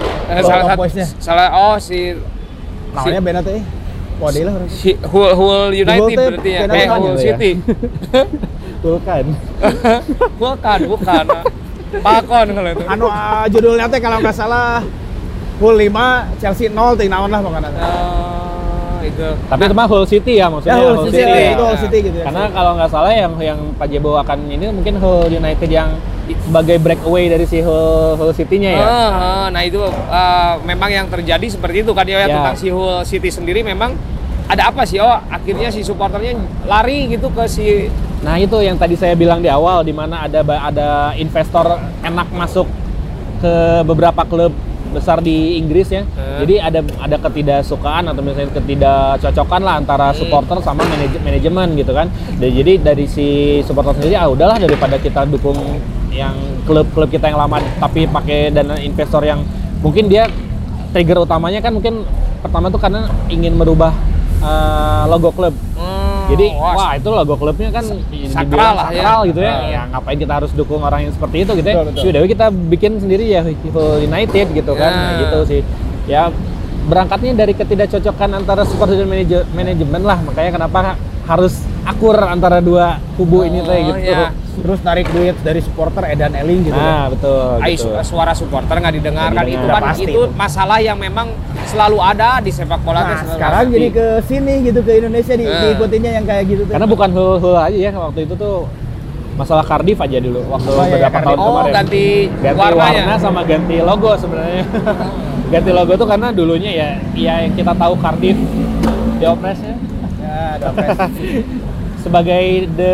Si namanya band tuh Wadi lah. Si Hull United berarti ya. Hull City. Bukan. Bukan. Pakon kalau itu. Judulnya teh kalau nggak salah Hull 5, Chelsea 0, naon lah pokoknya. Itu. Tapi itu mah Hull City ya maksudnya. Ya, Hull City. Itu Hull City gitu ya. Karena kalau nggak salah yang Pak Jebo akan ini mungkin Hull United yang sebagai breakaway dari si Hull City-nya ya. Nah itu memang yang terjadi seperti itu kan ya. Tentang si Hull City sendiri memang ada apa sih? Akhirnya si supporternya lari gitu ke si. Nah itu yang tadi saya bilang di awal, di mana ada investor enak masuk ke beberapa klub besar di Inggris ya. Jadi ada ketidaksukaan atau misalnya ketidakcocokan lah antara supporter sama manajemen gitu kan. Jadi dari si supporter sendiri udahlah daripada kita dukung yang klub-klub kita yang lama tapi pakai dana investor yang mungkin dia trigger utamanya kan mungkin pertama tuh karena ingin merubah logo klub. Jadi itu logo klubnya kan sakral gitu ya. Ya ngapain kita harus dukung orang yang seperti itu gitu ya. Sudah kita bikin sendiri ya Hull United gitu kan. Nah, gitu sih. Ya berangkatnya dari ketidakcocokan antara supporter dan manajemen lah. Makanya kenapa harus akur antara dua kubu ini gitu. Ya. Terus narik duit dari supporter Edan Eling gitu. Nah, betul. Suara supporter nggak didengarkan itu kan itu masalah yang memang selalu ada di sepak bola. Nah, sekarang jadi ke sini gitu ke Indonesia diikutinya yang kayak gitu tuh. Karena bukan Hull aja ya waktu itu tuh masalah Cardiff aja dulu waktu beberapa tahun kemarin. Ganti warna sama ganti logo sebenarnya. Ganti logo tuh karena dulunya ya yang kita tahu Cardiff The Oppress ya. The Oppress. Sebagai the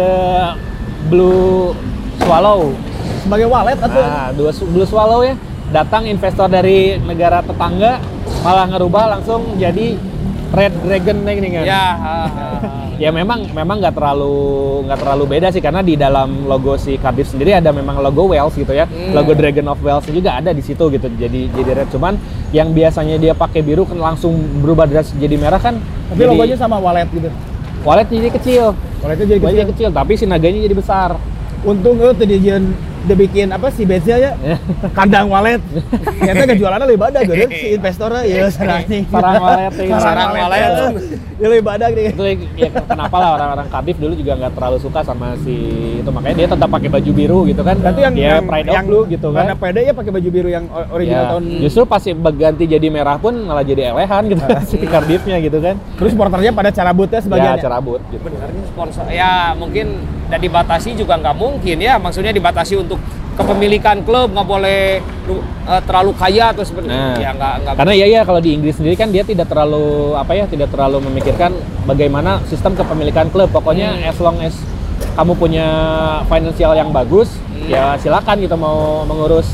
Blue Swallow. Sebagai walet atau? Nah, Blue Swallow ya. Datang investor dari negara tetangga malah ngerubah langsung jadi Red Dragon ini kan. Ya memang nggak terlalu beda sih karena di dalam logo si Cardiff sendiri ada memang logo Wales gitu ya. Logo Dragon of Wales juga ada di situ gitu. Jadi red, cuman yang biasanya dia pakai biru kan langsung berubah drastis jadi merah kan. Tapi logonya sama walet gitu. Walet jadi kecil. Waletnya jadi kecil, tapi si naganya jadi besar. Untung tuh dijieun udah bikin apa si Benzia ya kandang walet ternyata kejualannya lebih badak gitu si investornya ya sarang walet ya lebih badak nih itu ya kenapa lah orang-orang Cardiff dulu juga nggak terlalu suka sama si itu, makanya dia tetap pakai baju biru gitu kan. berarti yang pride of blue gitu kan, warna pede ya pakai baju biru yang original ya, tahun justru pas berganti jadi merah pun malah jadi elehan gitu si Cardiffnya gitu kan. terus supporternya pada carabutnya sebagian Ya, carabut gitu. Benernya sponsor ya mungkin dan dibatasi juga nggak mungkin ya, maksudnya dibatasi untuk kepemilikan klub, nggak boleh terlalu kaya atau seperti ya nggak karena ya kalau di Inggris sendiri kan dia tidak terlalu tidak terlalu memikirkan bagaimana sistem kepemilikan klub, pokoknya as long as kamu punya finansial yang bagus ya silakan gitu mau mengurus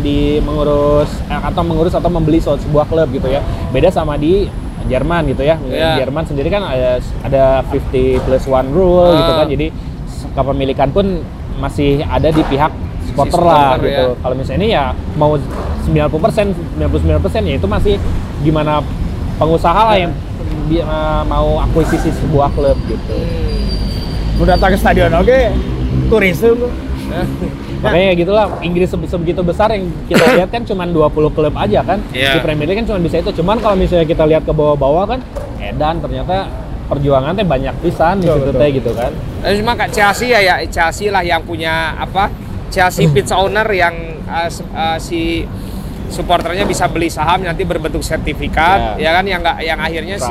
atau membeli sebuah klub gitu ya. Beda sama di Jerman gitu ya. Jerman sendiri kan ada 50+1 rule gitu kan, jadi kepemilikan pun masih ada di pihak supporter lah gitu. Kalau misalnya ini ya mau 90%, 99% ya itu masih gimana pengusaha lah yang mau akuisisi sebuah klub gitu. Lu datang ke stadion turisme Makanya gitulah, Inggris sebegitu besar yang kita lihat kan cuma 20 klub aja kan. Di Premier League kan cuma bisa itu. Cuman kalau misalnya kita lihat ke bawah-bawah kan edan ternyata perjuangannya banyak pisan di situ teh gitu kan. Cuma Kak Chelsea ya Chelsea lah yang punya Chelsea pitch owner yang si supporternya bisa beli saham nanti berbentuk sertifikat ya kan, yang akhirnya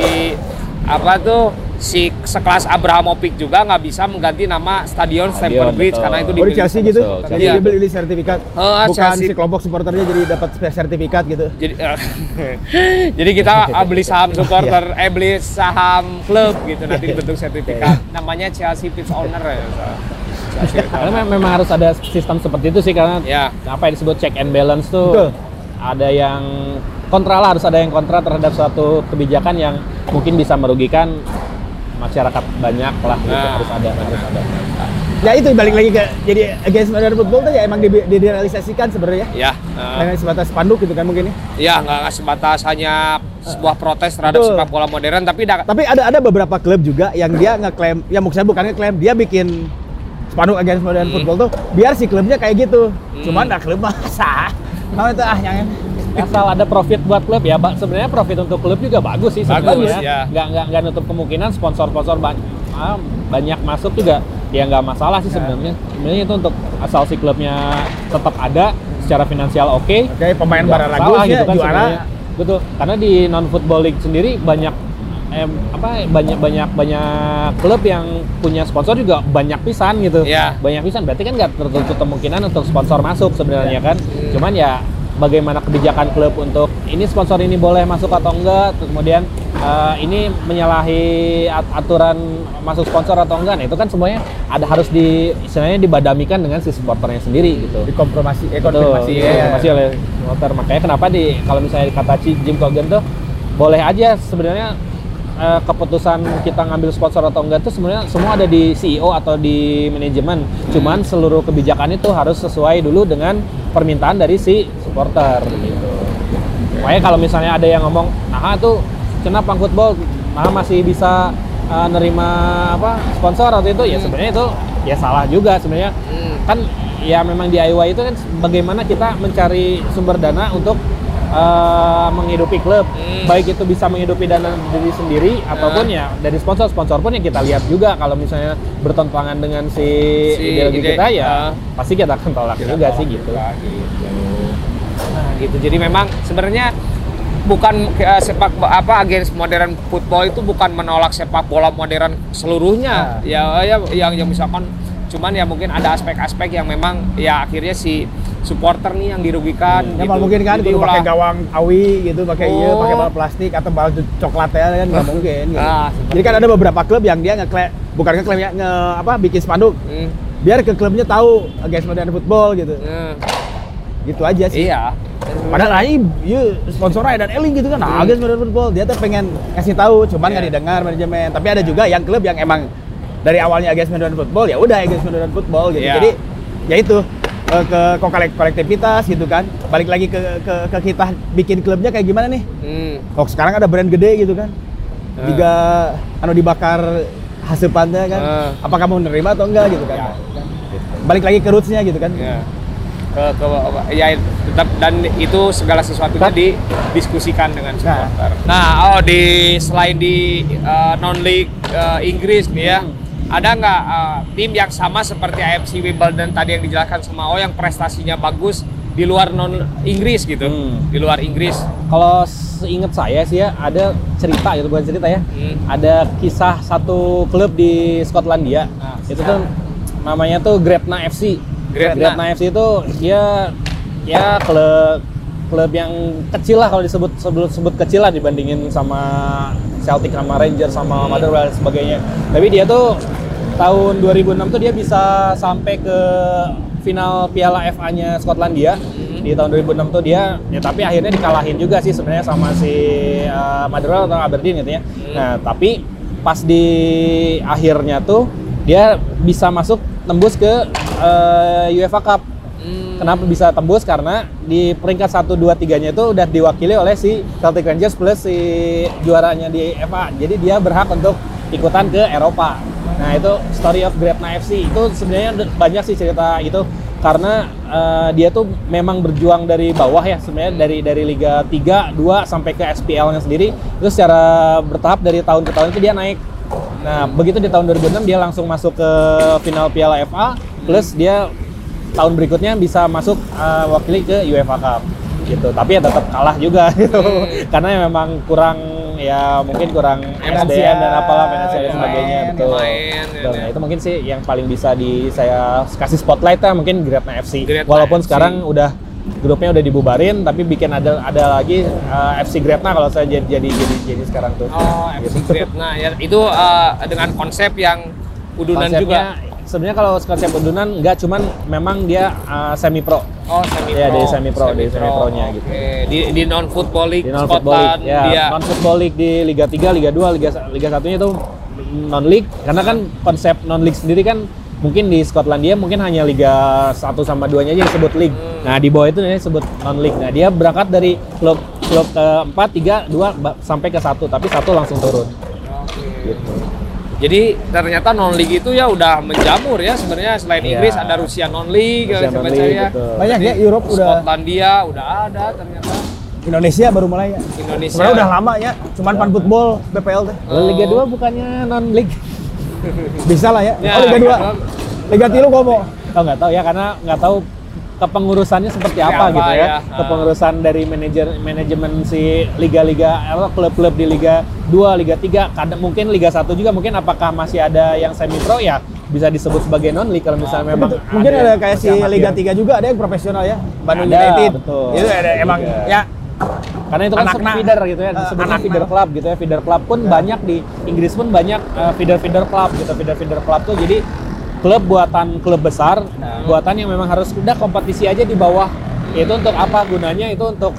si sekelas Abramovich juga nggak bisa mengganti nama stadion Stamford Bridge karena itu di Chelsea gitu. Jadi dia beli sertifikat. Bukan Chelsea. si kelompok supporternya jadi dapat sertifikat gitu. Jadi kita beli saham supporter, beli saham klub gitu nanti dibentuk sertifikat. Namanya Chelsea Pitch Owner ya. Karena memang harus ada sistem seperti itu sih, karena apa yang disebut check and balance tuh. Betul. Ada yang kontra lah, harus ada yang kontra terhadap suatu kebijakan yang mungkin bisa merugikan masyarakat banyak lah gitu. Harus ada. Ya itu balik lagi ke jadi against modern football tuh ya emang direalisasikan sebenarnya. Dengan sebatas spanduk gitu kan mungkin ya. Iya, nggak sebatas hanya sebuah protes terhadap sepak bola modern, tapi ada beberapa klub juga yang dia ngeklaim, ya maksudnya bukan ngeklaim, dia bikin spanduk against modern football tuh biar si klubnya kayak gitu. Cuman klub masa. Nah itu yang asal ada profit buat klub ya, sebenarnya profit untuk klub juga bagus sih sebenarnya. Nggak nutup kemungkinan sponsor banyak masuk juga ya, nggak masalah sih sebenarnya. Sebenarnya itu untuk asal si klubnya tetap ada secara finansial oke, pemain bagus gitu kan juara. Betul, karena di non football league sendiri banyak klub yang punya sponsor juga banyak pisan gitu. Banyak pisan, berarti kan nggak tertutup kemungkinan untuk sponsor masuk sebenarnya kan. Cuman ya bagaimana kebijakan klub untuk ini sponsor ini boleh masuk atau enggak, kemudian ini menyalahi aturan masuk sponsor atau enggak, nah itu kan semuanya harus istilahnya dibadamikan dengan si supporternya sendiri gitu. Konfirmasi oleh supporter. Makanya kenapa kalau misalnya kata Jim Corgan tuh boleh aja sebenarnya keputusan kita ngambil sponsor atau enggak itu sebenarnya semua ada di CEO atau di manajemen. Cuman seluruh kebijakan itu harus sesuai dulu dengan permintaan dari si supporter gitu. Makanya kalau misalnya ada yang ngomong, tuh kenapa football masih bisa nerima sponsor waktu itu, ya sebenarnya itu ya salah juga sebenarnya. Kan ya memang DIY itu kan bagaimana kita mencari sumber dana untuk menghidupi klub, baik itu bisa menghidupi dana diri sendiri ataupun ya dari sponsor pun yang kita lihat juga kalau misalnya bertentangan dengan si ideologi kita ya pasti kita akan tolak juga sih gitu. Nah gitu, jadi memang sebenarnya bukan against modern football itu bukan menolak sepak bola modern seluruhnya yang misalkan, cuman ya mungkin ada aspek-aspek yang memang ya akhirnya si supporter nih yang dirugikan ya gitu. Mungkin kan kalau pakai gawang awi gitu, pakai pakai bal plastik atau bal coklat ya kan nggak mungkin gitu. Jadi kan ada beberapa klub yang dia bukan ngeklaim bikin spanduk biar ke klubnya tahu against modern football gitu. Gitu aja sih. Iya. Padahal sponsornya dan Eling gitu kan, against modern football dia tuh pengen ngasih tahu, cuman nggak didengar manajemen. Tapi ada juga yang klub yang emang dari awalnya against modern football ya udah against modern football gitu. Jadi ya itu ke kolektivitas gitu kan. Balik lagi ke kita bikin klubnya kayak gimana nih. Sekarang ada brand gede gitu kan. Juga dibakar hasil pantai kan. Apa kamu menerima atau enggak gitu kan. balik lagi ke roots-nya gitu kan. Ya. Ya tetap, dan itu segala sesuatunya didiskusikan dengan supporter. Nah, selain di non league Inggris nih ya, ada nggak tim yang sama seperti AFC Wimbledon tadi yang dijelaskan sama yang prestasinya bagus di luar non Inggris gitu, di luar Inggris? Kalau seingat saya sih ya, ada cerita gitu, bukan cerita ya, ada kisah satu klub di Skotlandia, itu tuh namanya tuh Gretna FC. Gretna FC itu ya klub yang kecil lah, kalau disebut kecil lah dibandingin sama Celtic, sama Rangers, sama Motherwell dan sebagainya. Tapi dia tuh tahun 2006 tuh dia bisa sampai ke final Piala FA-nya Skotlandia. Di tahun 2006 tuh dia, ya tapi akhirnya dikalahin juga sih sebenarnya sama si Motherwell atau Aberdeen gitu ya. Nah, tapi pas di akhirnya tuh dia bisa masuk tembus ke UEFA Cup. Kenapa bisa tembus? Karena di peringkat 1, 2, 3-nya itu udah diwakili oleh si Celtic Rangers plus si juaranya di FA. Jadi dia berhak untuk ikutan ke Eropa. Nah, itu story of Gretna FC. Itu sebenarnya banyak sih cerita itu, karena dia tuh memang berjuang dari bawah ya sebenarnya, dari Liga 3, 2 sampai ke SPL-nya sendiri. Terus secara bertahap dari tahun ke tahun itu dia naik. Nah, begitu di tahun 2006 dia langsung masuk ke final Piala FA, plus dia tahun berikutnya bisa masuk wakili ke UEFA Cup gitu. Tapi ya tetap kalah juga gitu. Karena memang mungkin kurang SDM dan apalah finansial dan sebagainya, betul. Nah, itu mungkin sih yang paling bisa saya kasih spotlight ya, mungkin Gretna FC. Walaupun sekarang udah grupnya udah dibubarin, tapi bikin ada lagi FC Gretna kalau saya jadi sekarang tuh. Oh, FC Gretna ya, itu dengan konsep yang udunan juga. Sebenarnya kalau konsep udunan enggak, cuman memang dia semi pro. Oh, semi pro. Ya, dari semi pro-nya gitu. Di non football league non Scotland ya, non football league di Liga 3, Liga 2, Liga 1-nya itu non league, karena kan konsep non league sendiri kan mungkin di Skotlandia mungkin hanya Liga 1 sama 2-nya aja disebut league. Nah, di bawah itu disebut non league. Nah, dia berangkat dari klub ke-4, 3, 2 sampai ke 1, tapi 1 langsung turun. Gitu. Jadi ternyata non league itu ya udah menjamur ya sebenarnya. Selain Inggris ada Rusia non league, ya. Banyak ya, Europe udah. Skotlandia udah ada ternyata. Indonesia baru mulai ya. Indonesia sebenarnya udah lama ya, cuman pan football BPL teh. Liga 2 bukannya non league? Bisa lah ya. Oh, Liga 2. Liga 3 kok mau. Oh, nggak tahu ya, karena nggak tahu kepengurusannya seperti apa gitu ya. Kepengurusan dari manajemen si liga-liga klub-klub di Liga 2, Liga 3, kadang mungkin Liga 1 juga mungkin apakah masih ada yang semi pro ya, bisa disebut sebagai non league kalau misalnya memang mungkin ada kayak si Liga 3 juga ada yang profesional ya. Bandung United. Betul. Itu ada emang ya, karena itu kan feeder gitu ya, disebutnya feeder club gitu ya. Feeder club pun banyak di Inggris pun banyak feeder club gitu. Feeder club tuh jadi klub buatan klub besar, buatan yang memang harus udah kompetisi aja di bawah. Itu untuk apa gunanya? Itu untuk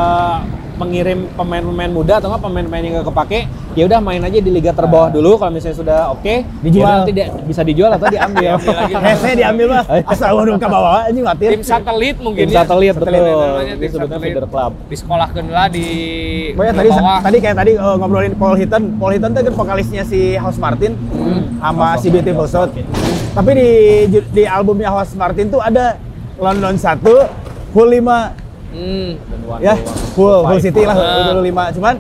mengirim pemain-pemain muda atau pemain-pemain yang nggak kepake, ya udah main aja di liga terbawah dulu. Kalau misalnya sudah oke, dijual, nanti bisa dijual atau diambil. Saya diambil mah asal udah ke bawah aja ngatir. Tim satelit mungkin tim satelit, ya. Betul. Tim sebutnya feeder club. Di sekolah lah di bawah. Tadi ngobrolin Paul Hitton tuh kan vokalisnya si House Martin sama si Beautiful Souls. Tapi di albumnya House Martin tuh ada London 1, Hull 5. Ya, Hull City lah, Hull 5. Cuman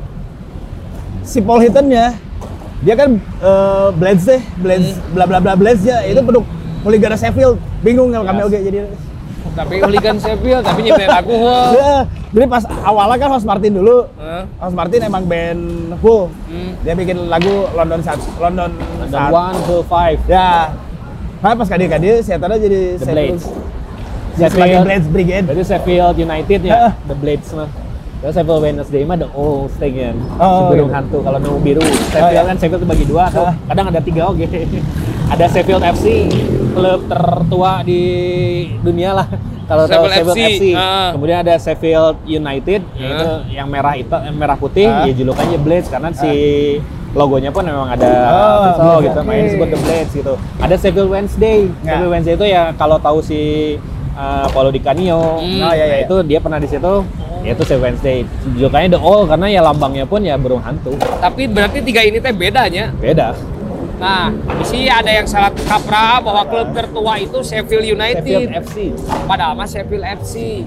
si Paul Hitton-nya dia kan Blades bla bla bla Blades ya, itu penduk Hooligan Sheffield. Bingung kalau kami oke jadi. Tapi Hooligan Sheffield tapi nyiptain lagu Hull. Jadi pas awalnya kan House Martin dulu. House Martin emang band Hull. Dia bikin lagu London 1, London 1, Hull 5. Ya. Nah, pas kadir saya tahu jadi The Blades. Sebagai Blades Brigade. Berarti Sheffield United ya, The Blades mah. Terus Sheffield Wednesday mah The Old Stadium. Si burung hantu kalau mau biru. Sheffield kan Sheffield bagi 2 atau kadang ada 3 oke. Ada Sheffield FC, klub tertua di dunia lah. Kalau tahu Sheffield FC. Kemudian ada Sheffield United, yaitu yang merah putih, ya julukannya Blades karena si logonya pun memang ada gitu, makanya disebut The Blades gitu. Ada Sheffield Wednesday. Sheffield Wednesday itu ya kalau tahu si Paulo Di Canio, itu dia pernah di situ, yaitu Sheffield Wednesday. Julukannya The Owl karena ya lambangnya pun ya burung hantu. Tapi berarti 3 ini teh bedanya? Beda. Nah, di sini ada yang salah kaprah bahwa klub tertua itu Sheffield United. Sheffield FC. Padahal mah Sheffield FC.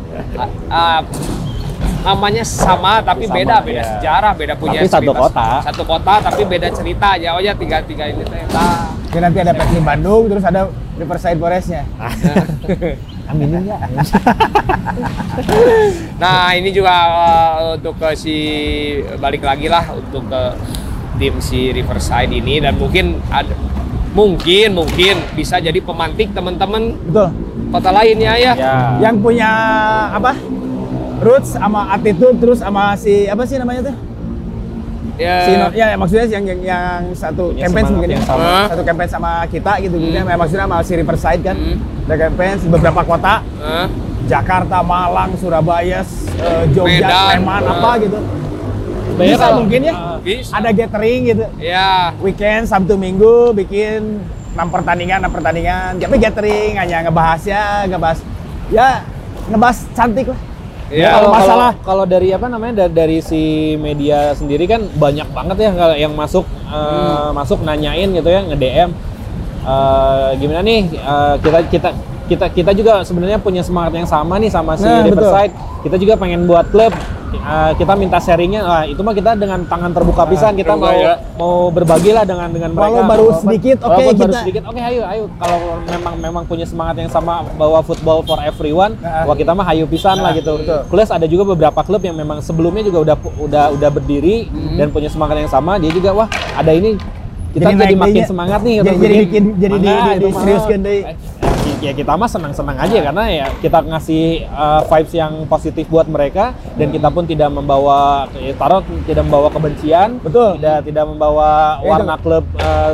Namanya sama tapi Sama, beda iya. sejarah, beda punya Tapi satu cerita. kota. Satu kota tapi beda cerita aja. Oh ya tiga ini teh. Nah, Ya, nanti ada Persib Bandung, terus ada Riverside Forest-nya. Aminin ya. Nah, ini juga untuk ke si balik lagi lah untuk ke tim si Riverside ini dan mungkin bisa jadi pemantik teman-teman Betul. kota lainnya ya. Ya. Yang punya apa? Roots sama attitude terus sama si apa sih namanya tuh? Ya. Ya maksudnya yang satu Punya campaign semangat mungkin ya. yang sama. Satu campaign sama kita gitu gitu. Maksudnya sama si Riverside kan. Ada campaign di beberapa kota. Hah? Jakarta, Malang, Surabaya, Jogja, Medan, Sleman apa gitu. Sebenarnya Bisa kalau- mungkin ya. Bisa. Ada gathering gitu. Ya. Weekend Sabtu Minggu bikin 6 pertandingan. Tapi gathering hanya ngebahas cantik lah. Ya, kalau masalah kalau dari apa namanya dari si media sendiri kan banyak banget ya kalau yang masuk nanyain gitu ya, nge-DM gimana nih kita juga sebenarnya punya semangat yang sama nih sama si Nah, Riverside. Kita juga pengen buat klub. Kita minta sharingnya, itu mah kita dengan tangan terbuka pisan kita mau berbagi lah dengan mereka. Walau baru sedikit, oke, Walaupun baru kita- sedikit, oke ayo kalau memang punya semangat yang sama bahwa football for everyone, wah kita mah hayu pisan lah gitu. betul. Plus ada juga beberapa klub yang memang sebelumnya juga udah berdiri dan punya semangat yang sama, dia juga wah ada ini kita jadi naik makin dayanya. semangat nih Jadi diseriuskan deh. Ya kita mah senang-senang aja karena ya kita ngasih vibes yang positif buat mereka dan kita pun tidak membawa tidak membawa kebencian, Betul. tidak membawa Itu. warna klub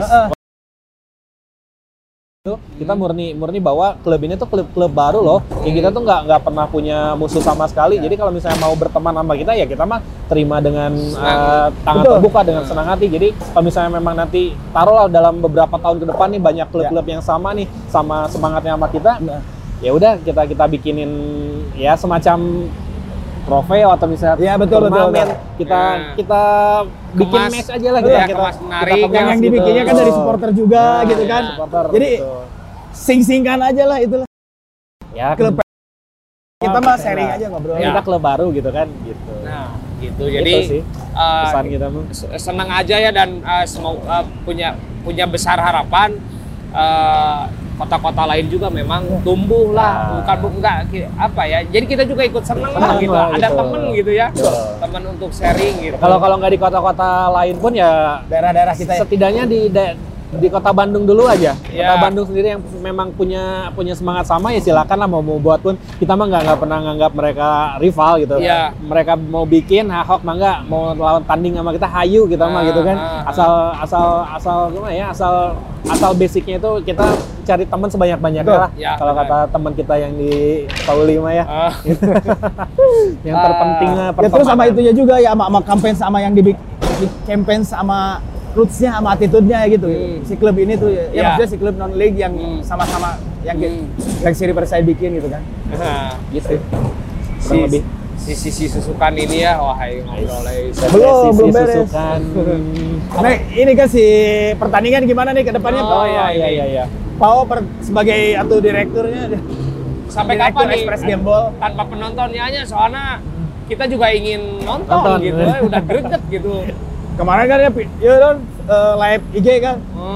itu kita murni bahwa klub ini tuh klub baru loh. Ya kita tuh nggak pernah punya musuh sama sekali. Jadi kalau misalnya mau berteman sama kita ya kita mah terima dengan tangan Betul. terbuka dengan senang hati. Jadi kalau misalnya memang nanti taruhlah dalam beberapa tahun ke depan nih banyak klub-klub yang sama nih sama semangatnya sama kita. Ya udah kita bikinin ya semacam trofeo atau misalnya Ya, betul, turnamen. betul. kita bikin Kemas. match aja lah Betul, kita ya, kemas menarik. kemas Yang gitu. dibikinnya kan dari supporter juga Nah, gitu ya, kan. supporter, Jadi betul. sing-singkan aja lah itulah. Ya, Klub kita mah oke sharing lah. aja ngobrol. Ya. Kita klub baru gitu kan gitu. Nah, gitu. Itu Jadi sih pesan kita mah. senang aja ya dan semoga punya besar harapan kota-kota lain juga memang tumbuh lah, bukan enggak apa ya. Jadi kita juga ikut senang lah Senang gitu. lah, Ada gitu. temen gitu ya, Betul. temen untuk sharing gitu. Kalau nggak di kota-kota lain pun ya Daerah-daerah kita ya. setidaknya di kota Bandung dulu aja. Ya. Kota Bandung sendiri yang memang punya semangat sama ya silakan lah mau buat pun kita mah nggak pernah nganggap mereka rival gitu. Iya. Mereka mau bikin Ahok mah nggak mau lawan tanding sama kita hayu kita mah gitu kan. Asal gimana ya asal basicnya itu kita cari teman sebanyak-banyaknya Betul. lah. Ya, Kalau benar. kata teman kita yang di Pauli mah ya. Yang terpenting lah Ya terus sama pertemanan. itunya juga ya sama campaign sama yang di campaign sama roots-nya sama attitude-nya gitu. Si klub ini tuh ya, Ya. maksudnya si klub non league yang sama-sama yang si Riverside bikin gitu kan. Nah, gitu. si, Kurang lebih. si susukan ini ya, wahai ngobrol Belum Sisi beres. susukan. Nah, ini kan si pertandingan gimana nih ke depannya? Oh, Pak? iya. Pao sebagai atau direkturnya Sampai Direktur kapan nih Express Gembol. tanpa penontonnya aja soalnya kita juga ingin nonton Nonton. gitu udah greget gitu. Kemarin kan ya Don live IG kan.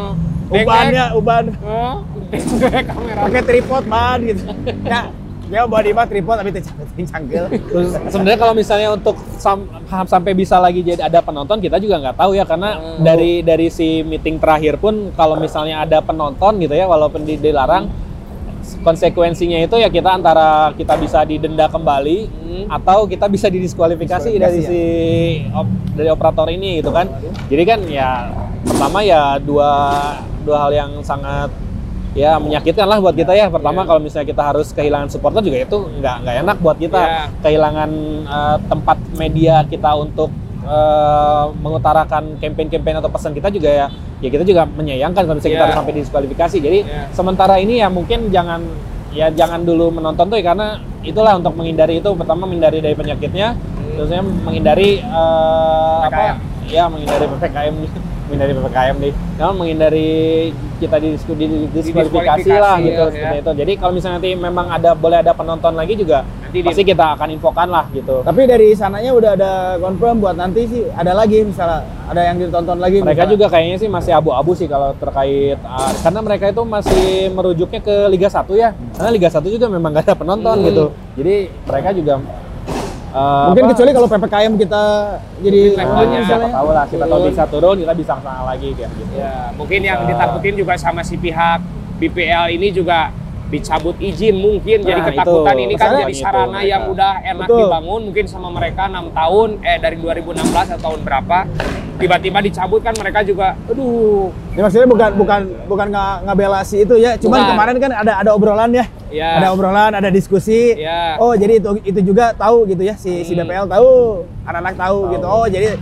Uban. Kamera. Pakai tripod ban gitu. Ya, dia bawa di mah tripod tapi cangkel. Terus sebenarnya kalau misalnya untuk sampai bisa lagi jadi ada penonton kita juga nggak tahu ya karena dari si meeting terakhir pun kalau misalnya ada penonton gitu ya walaupun dilarang konsekuensinya itu ya kita antara kita bisa didenda kembali atau kita bisa didiskualifikasi dari dari operator ini gitu kan. Jadi kan ya pertama ya dua hal yang sangat ya menyakitkan lah buat kita ya. Pertama kalau misalnya kita harus kehilangan supporter juga itu nggak enak buat kita. Kehilangan tempat media kita untuk mengutarakan campaign atau pesan kita juga ya kita juga menyayangkan kalau misalnya kita harus sampai diskualifikasi. Jadi sementara ini ya mungkin jangan dulu menonton tuh ya, karena itulah untuk menghindari itu. Pertama menghindari dari penyakitnya, terusnya menghindari ya menghindari PPKM nih. Namun menghindari kita diskualifikasi lah gitu seperti itu. Jadi kalau misalnya nanti memang boleh ada penonton lagi juga nanti pasti kita akan infokan lah gitu. Tapi dari sananya udah ada confirm buat nanti sih ada lagi misalnya ada yang ditonton lagi. Mereka juga kayaknya sih masih abu-abu sih kalau terkait karena mereka itu masih merujuknya ke Liga 1 ya. Karena Liga 1 juga memang gak ada penonton gitu. Jadi mereka juga mungkin kecuali kalau PPKM kita jadi levelnya siapa tahu lah, kita tahu bisa turun, kita bisa kesana lagi kayak gitu. Ya, mungkin yang ditakutin juga sama si pihak BPL ini juga dicabut izin mungkin. Jadi ketakutan ini kan jadi sarana yang udah enak dibangun mungkin sama mereka 6 tahun dari 2016 atau tahun berapa tiba-tiba dicabut kan mereka juga aduh. Ya maksudnya bukan ngabela si itu ya, cuman kemarin kan ada obrolan ya. Ya. Ada obrolan, ada diskusi. Ya. Oh, jadi itu juga tahu gitu ya si BPL tahu, anak-anak tahu gitu. Oh, jadi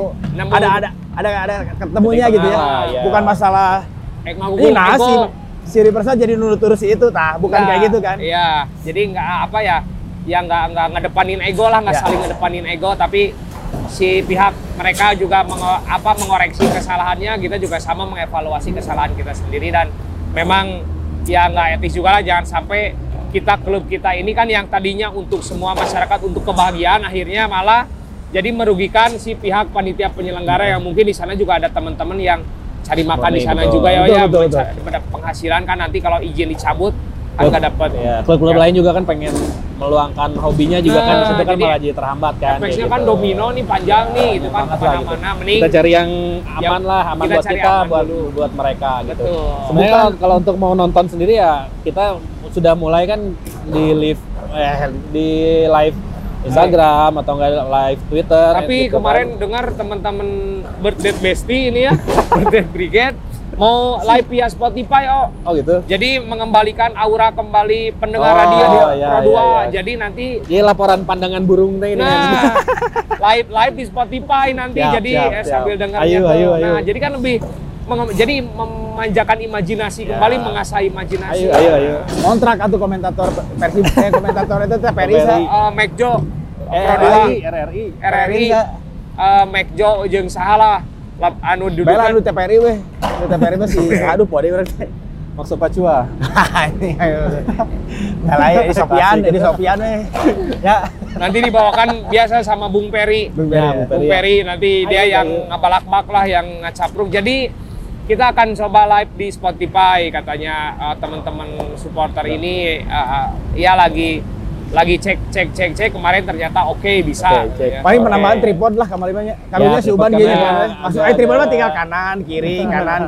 ada ketemunya gitu ya. Ya. Bukan masalah ini nasi si Riverside jadi nurut si itu bukan kayak gitu kan. Iya. Jadi nggak nggak ngedepanin ego lah, nggak saling ngedepanin ego, tapi si pihak mereka juga mengoreksi kesalahannya, kita juga sama mengevaluasi kesalahan kita sendiri dan memang ya nggak etis juga lah, jangan sampai klub kita ini kan yang tadinya untuk semua masyarakat untuk kebahagiaan akhirnya malah jadi merugikan si pihak panitia penyelenggara yang mungkin di sana juga ada teman-teman yang cari makan di sana juga betul. Penghasilan kan nanti kalau izin dicabut kan nggak dapat. Ya, klub-klub lain juga kan pengen meluangkan hobinya juga kan, itu kan malah jadi terhambat kan. Efeknya kan domino nih panjang nih, itu kan kemana-mana. Mending kita cari yang aman lah, aman buat kita, buat mereka gitu. Sebenarnya kalau untuk mau nonton sendiri ya kita sudah mulai kan di live Instagram atau enggak live Twitter. Tapi kemarin dengar teman-teman Birthday Bestie ini ya, Birthday Brigade mau live via Spotify Oh gitu. Jadi mengembalikan aura kembali pendengar radio Pro 2. Jadi nanti laporan pandangan burung ini. Nah, live di Spotify nanti sambil dengarnya. Nah, jadi kan lebih jadi memanjakan imajinasi kembali, mengasah imajinasi. Ayo. Kontrak atau komentator versi komentator itu Perisa, Mekjo, RRI, Mekjo jeung sahala anu duduk kan anu TPRI weh. TPRI mah si aduh pode urang teh. Maksud Pacua. Ini ayo. Galaya Edi Sofian weh. Ya. Nanti dibawakan biasa sama Bung Peri. Bung Peri nanti dia yang ngabalak-bak lah, yang ngacapruk. Jadi kita akan coba live di Spotify katanya teman-teman supporter ini ya lagi cek kemarin ternyata oke, bisa. Ya. Paling penambahan tripod lah kemarin karunya si Uban gini. Maksud tripod mah tinggal kanan kiri.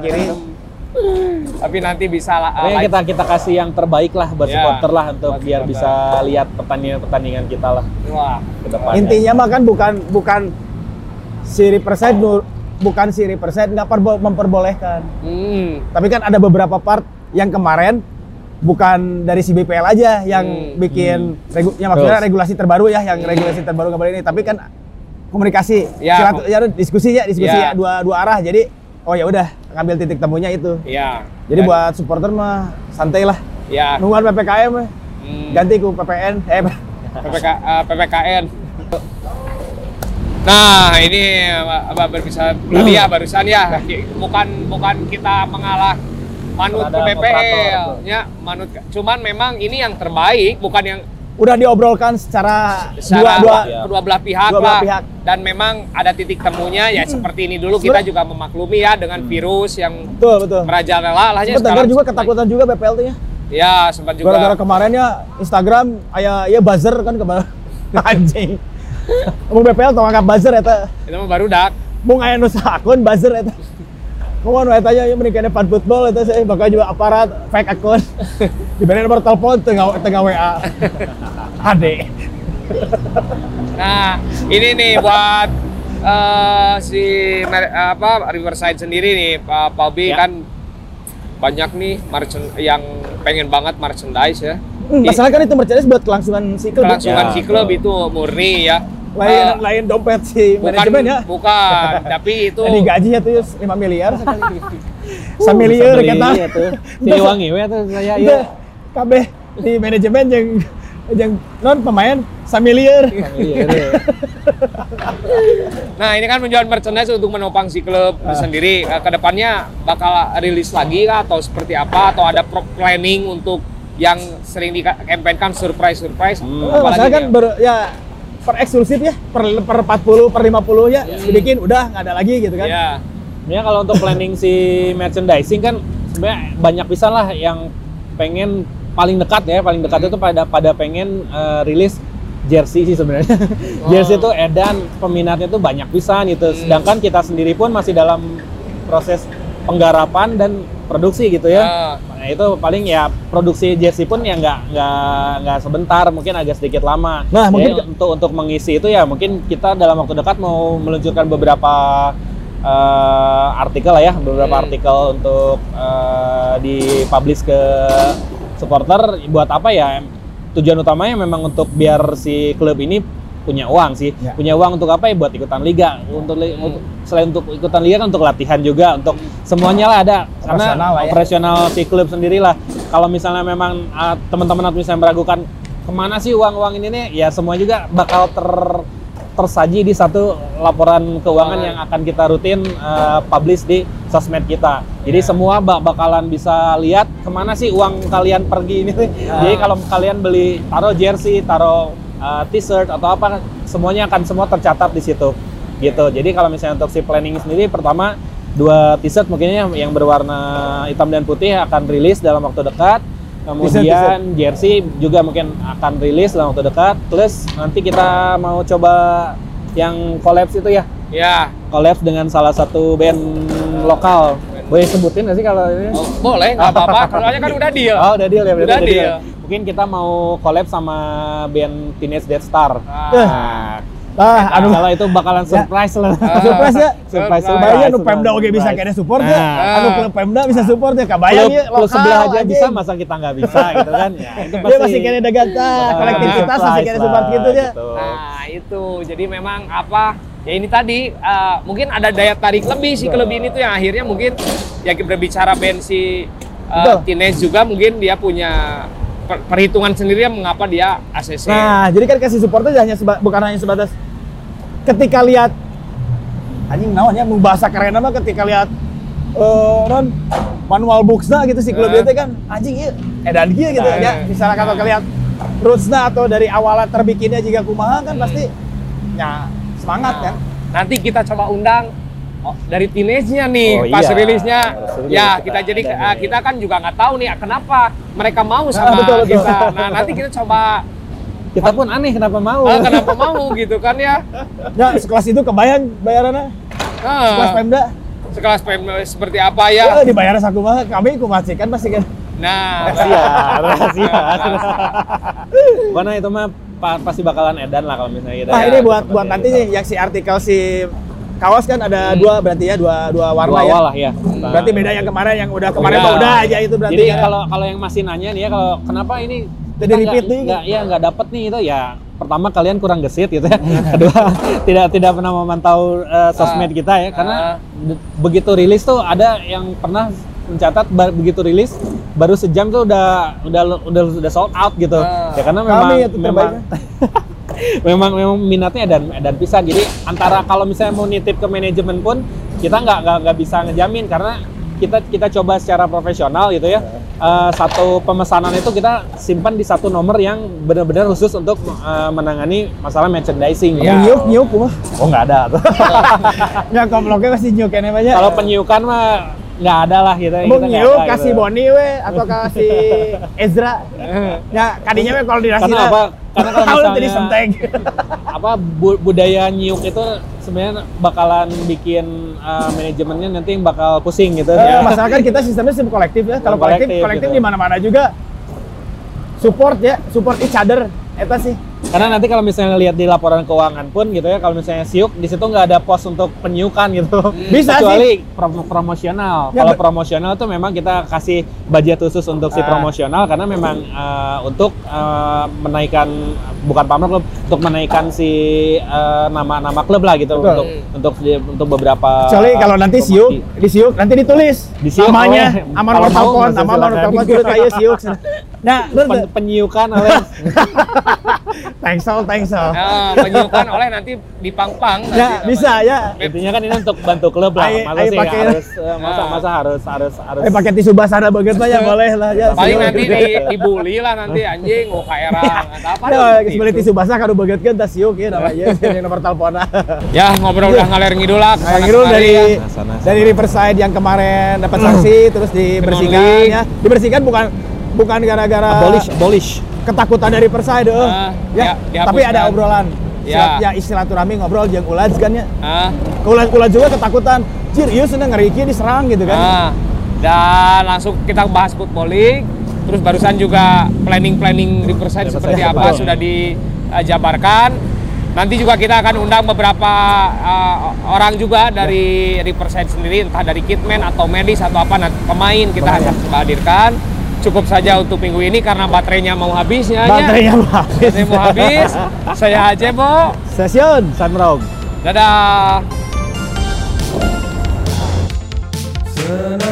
Tapi nanti bisa lah. Kita kasih yang terbaik lah buat supporter lah untuk biar bisa lihat pertandingan kita lah. Wah, intinya mah kan bukan si Riverside nggak memperbolehkan. Tapi kan ada beberapa part yang kemarin bukan dari si BPL aja yang bikin maksudnya regulasi terbaru ya, yang regulasi terbaru nggak boleh ini, tapi kan komunikasi, diskusi dua arah. Jadi oh ya udah ngambil titik temunya itu. Iya. Jadi buat supporter mah santai lah. Iya. Nungguan PPKM ganti ku PPN PPKN. Nah, ini berpisah tadi ya barusan ya. Bukan kita mengalah manut ke BPL ya, cuman memang ini yang terbaik, bukan yang udah diobrolkan secara dua belah pihak lah. Dan memang ada titik temunya ya seperti ini dulu. Kita juga memaklumi ya dengan virus yang betul. Merajalela lah ya. Dengar juga ketakutan juga BPL tuh ya. Ya, sempat juga. Gara-gara kemarin ya Instagram ya buzzer kan kemarin. Anjing. Mau BPL tong angkat buzzer eta. Itu mah barudak. Mau aya nu akun buzzer eta. Mau anu eta nya menikahnya fan football eta saya bakal juga aparat fake akun. Diberi nomor telepon tengah WA. Ade. Nah, ini nih buat Riverside sendiri nih, Pak Paubi kan banyak nih yang pengen banget merchandise ya. Masalah kan itu merchandise buat kelangsungan si klub. Si klub itu murni ya. Lain dompet si manajemen ya. Bukan, tapi itu jadi gajinya tuh 5 miliar sekali. 1 miliar kata. Si wangi we atuh saya ieu. Kabeh di manajemen yang Yang non pemain familiar. Nah, ini kan menjual merchandise untuk menopang si klub sendiri. Kedepannya bakal rilis lagi kah atau seperti apa? Atau ada planning untuk yang sering di-campaignkan surprise? Masalah kan ya per eksklusif ya, per 40, per 50 ya, dibikin udah nggak ada lagi gitu kan. Iya. Ya kalau untuk planning si merchandising kan sebenarnya banyak pisan lah yang pengen paling dekat itu pada pengen rilis jersey sih sebenarnya. Jersey itu edan peminatnya tuh banyak pisan gitu. Sedangkan kita sendiri pun masih dalam proses penggarapan dan produksi gitu ya. Nah itu paling ya produksi jersey pun ya nggak sebentar, mungkin agak sedikit lama. Nah mungkin untuk mengisi itu ya mungkin kita dalam waktu dekat mau meluncurkan beberapa artikel lah ya, beberapa artikel untuk dipublish ke supporter. Buat apa ya? Tujuan utamanya memang untuk biar si klub ini punya uang sih, punya uang untuk apa ya? Buat ikutan liga, selain untuk ikutan liga kan untuk latihan juga, untuk semuanya lah ada. Karena operasional si klub sendirilah. Kalau misalnya memang teman-teman misalnya meragukan kemana sih uang ini nih, ya semua juga bakal tersaji di satu laporan keuangan yang akan kita rutin publish di sosmed kita. Jadi semua bakalan bisa lihat kemana sih uang kalian pergi ini. Jadi kalau kalian beli, taruh jersey, taruh t-shirt atau apa, semuanya akan semua tercatat di situ. Gitu. Jadi kalau misalnya untuk si planning sendiri, pertama 2 t-shirt mungkinnya yang berwarna hitam dan putih akan rilis dalam waktu dekat. Kemudian jersey juga mungkin akan rilis dalam waktu dekat. Plus nanti kita mau coba yang collabs itu ya. Ya. Collabs dengan salah satu band lokal. Boleh sebutin nggak sih kalau ini? Oh, boleh, nggak apa-apa. Soalnya kan udah deal. Oh, udah deal ya. Udah deal. Mungkin kita mau collab sama band Teenage Death Star. Aduh, kalau itu bakalan surprise lah. Surprise ya. Surprise. Bayang nu Pemda oge bisa kene support ya. Anu klub Pemda bisa support ya. Kabayang ya lokal sebelah aja bisa, masa kita nggak bisa gitu kan. Ya, itu dia masih kene dagang kolektivitas masih kene support gitu ya. Nah, itu. Jadi memang apa? Ya ini tadi mungkin ada daya tarik lebih si klub ini tuh yang akhirnya mungkin ya kita berbicara band si Teenage juga mungkin dia punya perhitungan sendiri mengapa dia ACC. Nah, jadi kan kasih supportnya bukan hanya sebatas ketika lihat anjing naon ya bahasa keren mah ketika lihat non manual books-na gitu si klub itu kan anjing ieu edan kieu gitu ya. Misalnya kalau kalian roots-na atau dari awalnya terbikinnya juga kumaha kan pasti ya semangat kan. Nanti kita coba undang dari Teenage-nya nih, pas rilisnya. Ya, kita kan juga nggak tahu nih kenapa mereka mau sama kita. Nah, nanti kita coba. Kita pun aneh kenapa mau. Kenapa mau gitu kan ya. Ya, sekelas itu kebayang bayarannya. Sekelas Pemda. Sekelas Pemda seperti apa ya? Dibayar sakumaha, kami kumacikan pasti kan. Nah, rahasia. Karena itu mah pasti bakalan edan lah kalau misalnya kita. Nah, ini buat nanti nih yang si artikel si kaos kan ada dua berarti ya dua warna ya. Lah ya. Berarti beda yang kemarin yang kemarin udah aja itu berarti. Jadi kalau yang masih nanya nih ya kalau kenapa ini jadi repeat nih? Nggak dapet nih itu ya. Pertama kalian kurang gesit gitu ya. Kedua tidak pernah memantau sosmed kita ya karena begitu rilis tuh ada yang pernah mencatat begitu rilis baru sejam tuh udah sold out gitu. Ya karena memang minatnya dan pisan. Jadi antara kalau misalnya mau nitip ke manajemen pun kita nggak bisa ngejamin karena kita coba secara profesional gitu ya. Satu pemesanan itu kita simpan di satu nomor yang benar-benar khusus untuk menangani masalah merchandising. Nyuk mah. Oh nggak ada tuh. Nggak komploknya masih nyuk ini banyak. Kalau penyukan mah nggak ada lah gitu. Mau nyuk kasih gitu. Boni we atau kasih Ezra. Ya kadinya we kalau dirasi. Karena kalau misalnya jadi senteng. Budaya nyuk itu sebenarnya bakalan bikin manajemennya nanti yang bakal pusing gitu. Masalah kan kita sistemnya kolektif ya. Kalau kolektif gitu. Di mana-mana juga support each other. Eta sih. Karena nanti kalau misalnya lihat di laporan keuangan pun gitu ya, kalau misalnya siuk di situ nggak ada pos untuk penyukan gitu. Bisa kecuali promosional. Ya, Kalau promosional tuh memang kita kasih budget khusus untuk si promosional karena memang untuk menaikkan bukan pamer klub, untuk menaikkan si nama-nama klub lah gitu. Betul. Untuk beberapa. Kecuali kalau nanti siuk, di siuk nanti ditulis Disiuk namanya, oleh- sama kalau nomor mau telepon, bisa sama nomor silakan. telepon terus ayo siuk. Nah, Penyiukan oleh thanks all. Nah, penyukan oleh nanti dipang-pang. nanti Ya, namanya. bisa ya. intinya kan ini untuk bantu klub lah. Ayo- Masa ayo sih pakai- harus masa harus Pakai tisu basah ada banget mah ya boleh lah ya. Paling siuk. nanti dibully lah nanti anjing, oh kaera atau apa. Ya, nanti. sebelah tisu basah kado bagetkeun tas siuk ya namanya yang nomor telepon. Ya ngobrol udah ngalir ngidul lah. kesana Ngirul kemari dari ya. dari Riverside yang kemarin dapat sanksi terus dibersihkan League. ya. Dibersihkan bukan gara-gara abolish. ketakutan dari Perside ya, dihapuskan. tapi ada obrolan. Ya. Ya silaturahmi ngobrol jeung Ulaj kan ya. Ah, Ulaj juga ketakutan. Cir, ieu cenah ngeri kieu diserang gitu kan. ah. Dan langsung kita bahas Football League. Terus barusan juga planning Riverside seperti apa sudah dijabarkan. Nanti juga kita akan undang beberapa orang juga dari Riverside sendiri, entah dari kitman atau medis atau apa, nanti pemain kita akan hadirkan. Cukup saja untuk minggu ini karena baterainya mau habis ya. Baterainya mau habis. Baterai mau habis. Saya Jebo. Session Sunrog. Dadah. Senang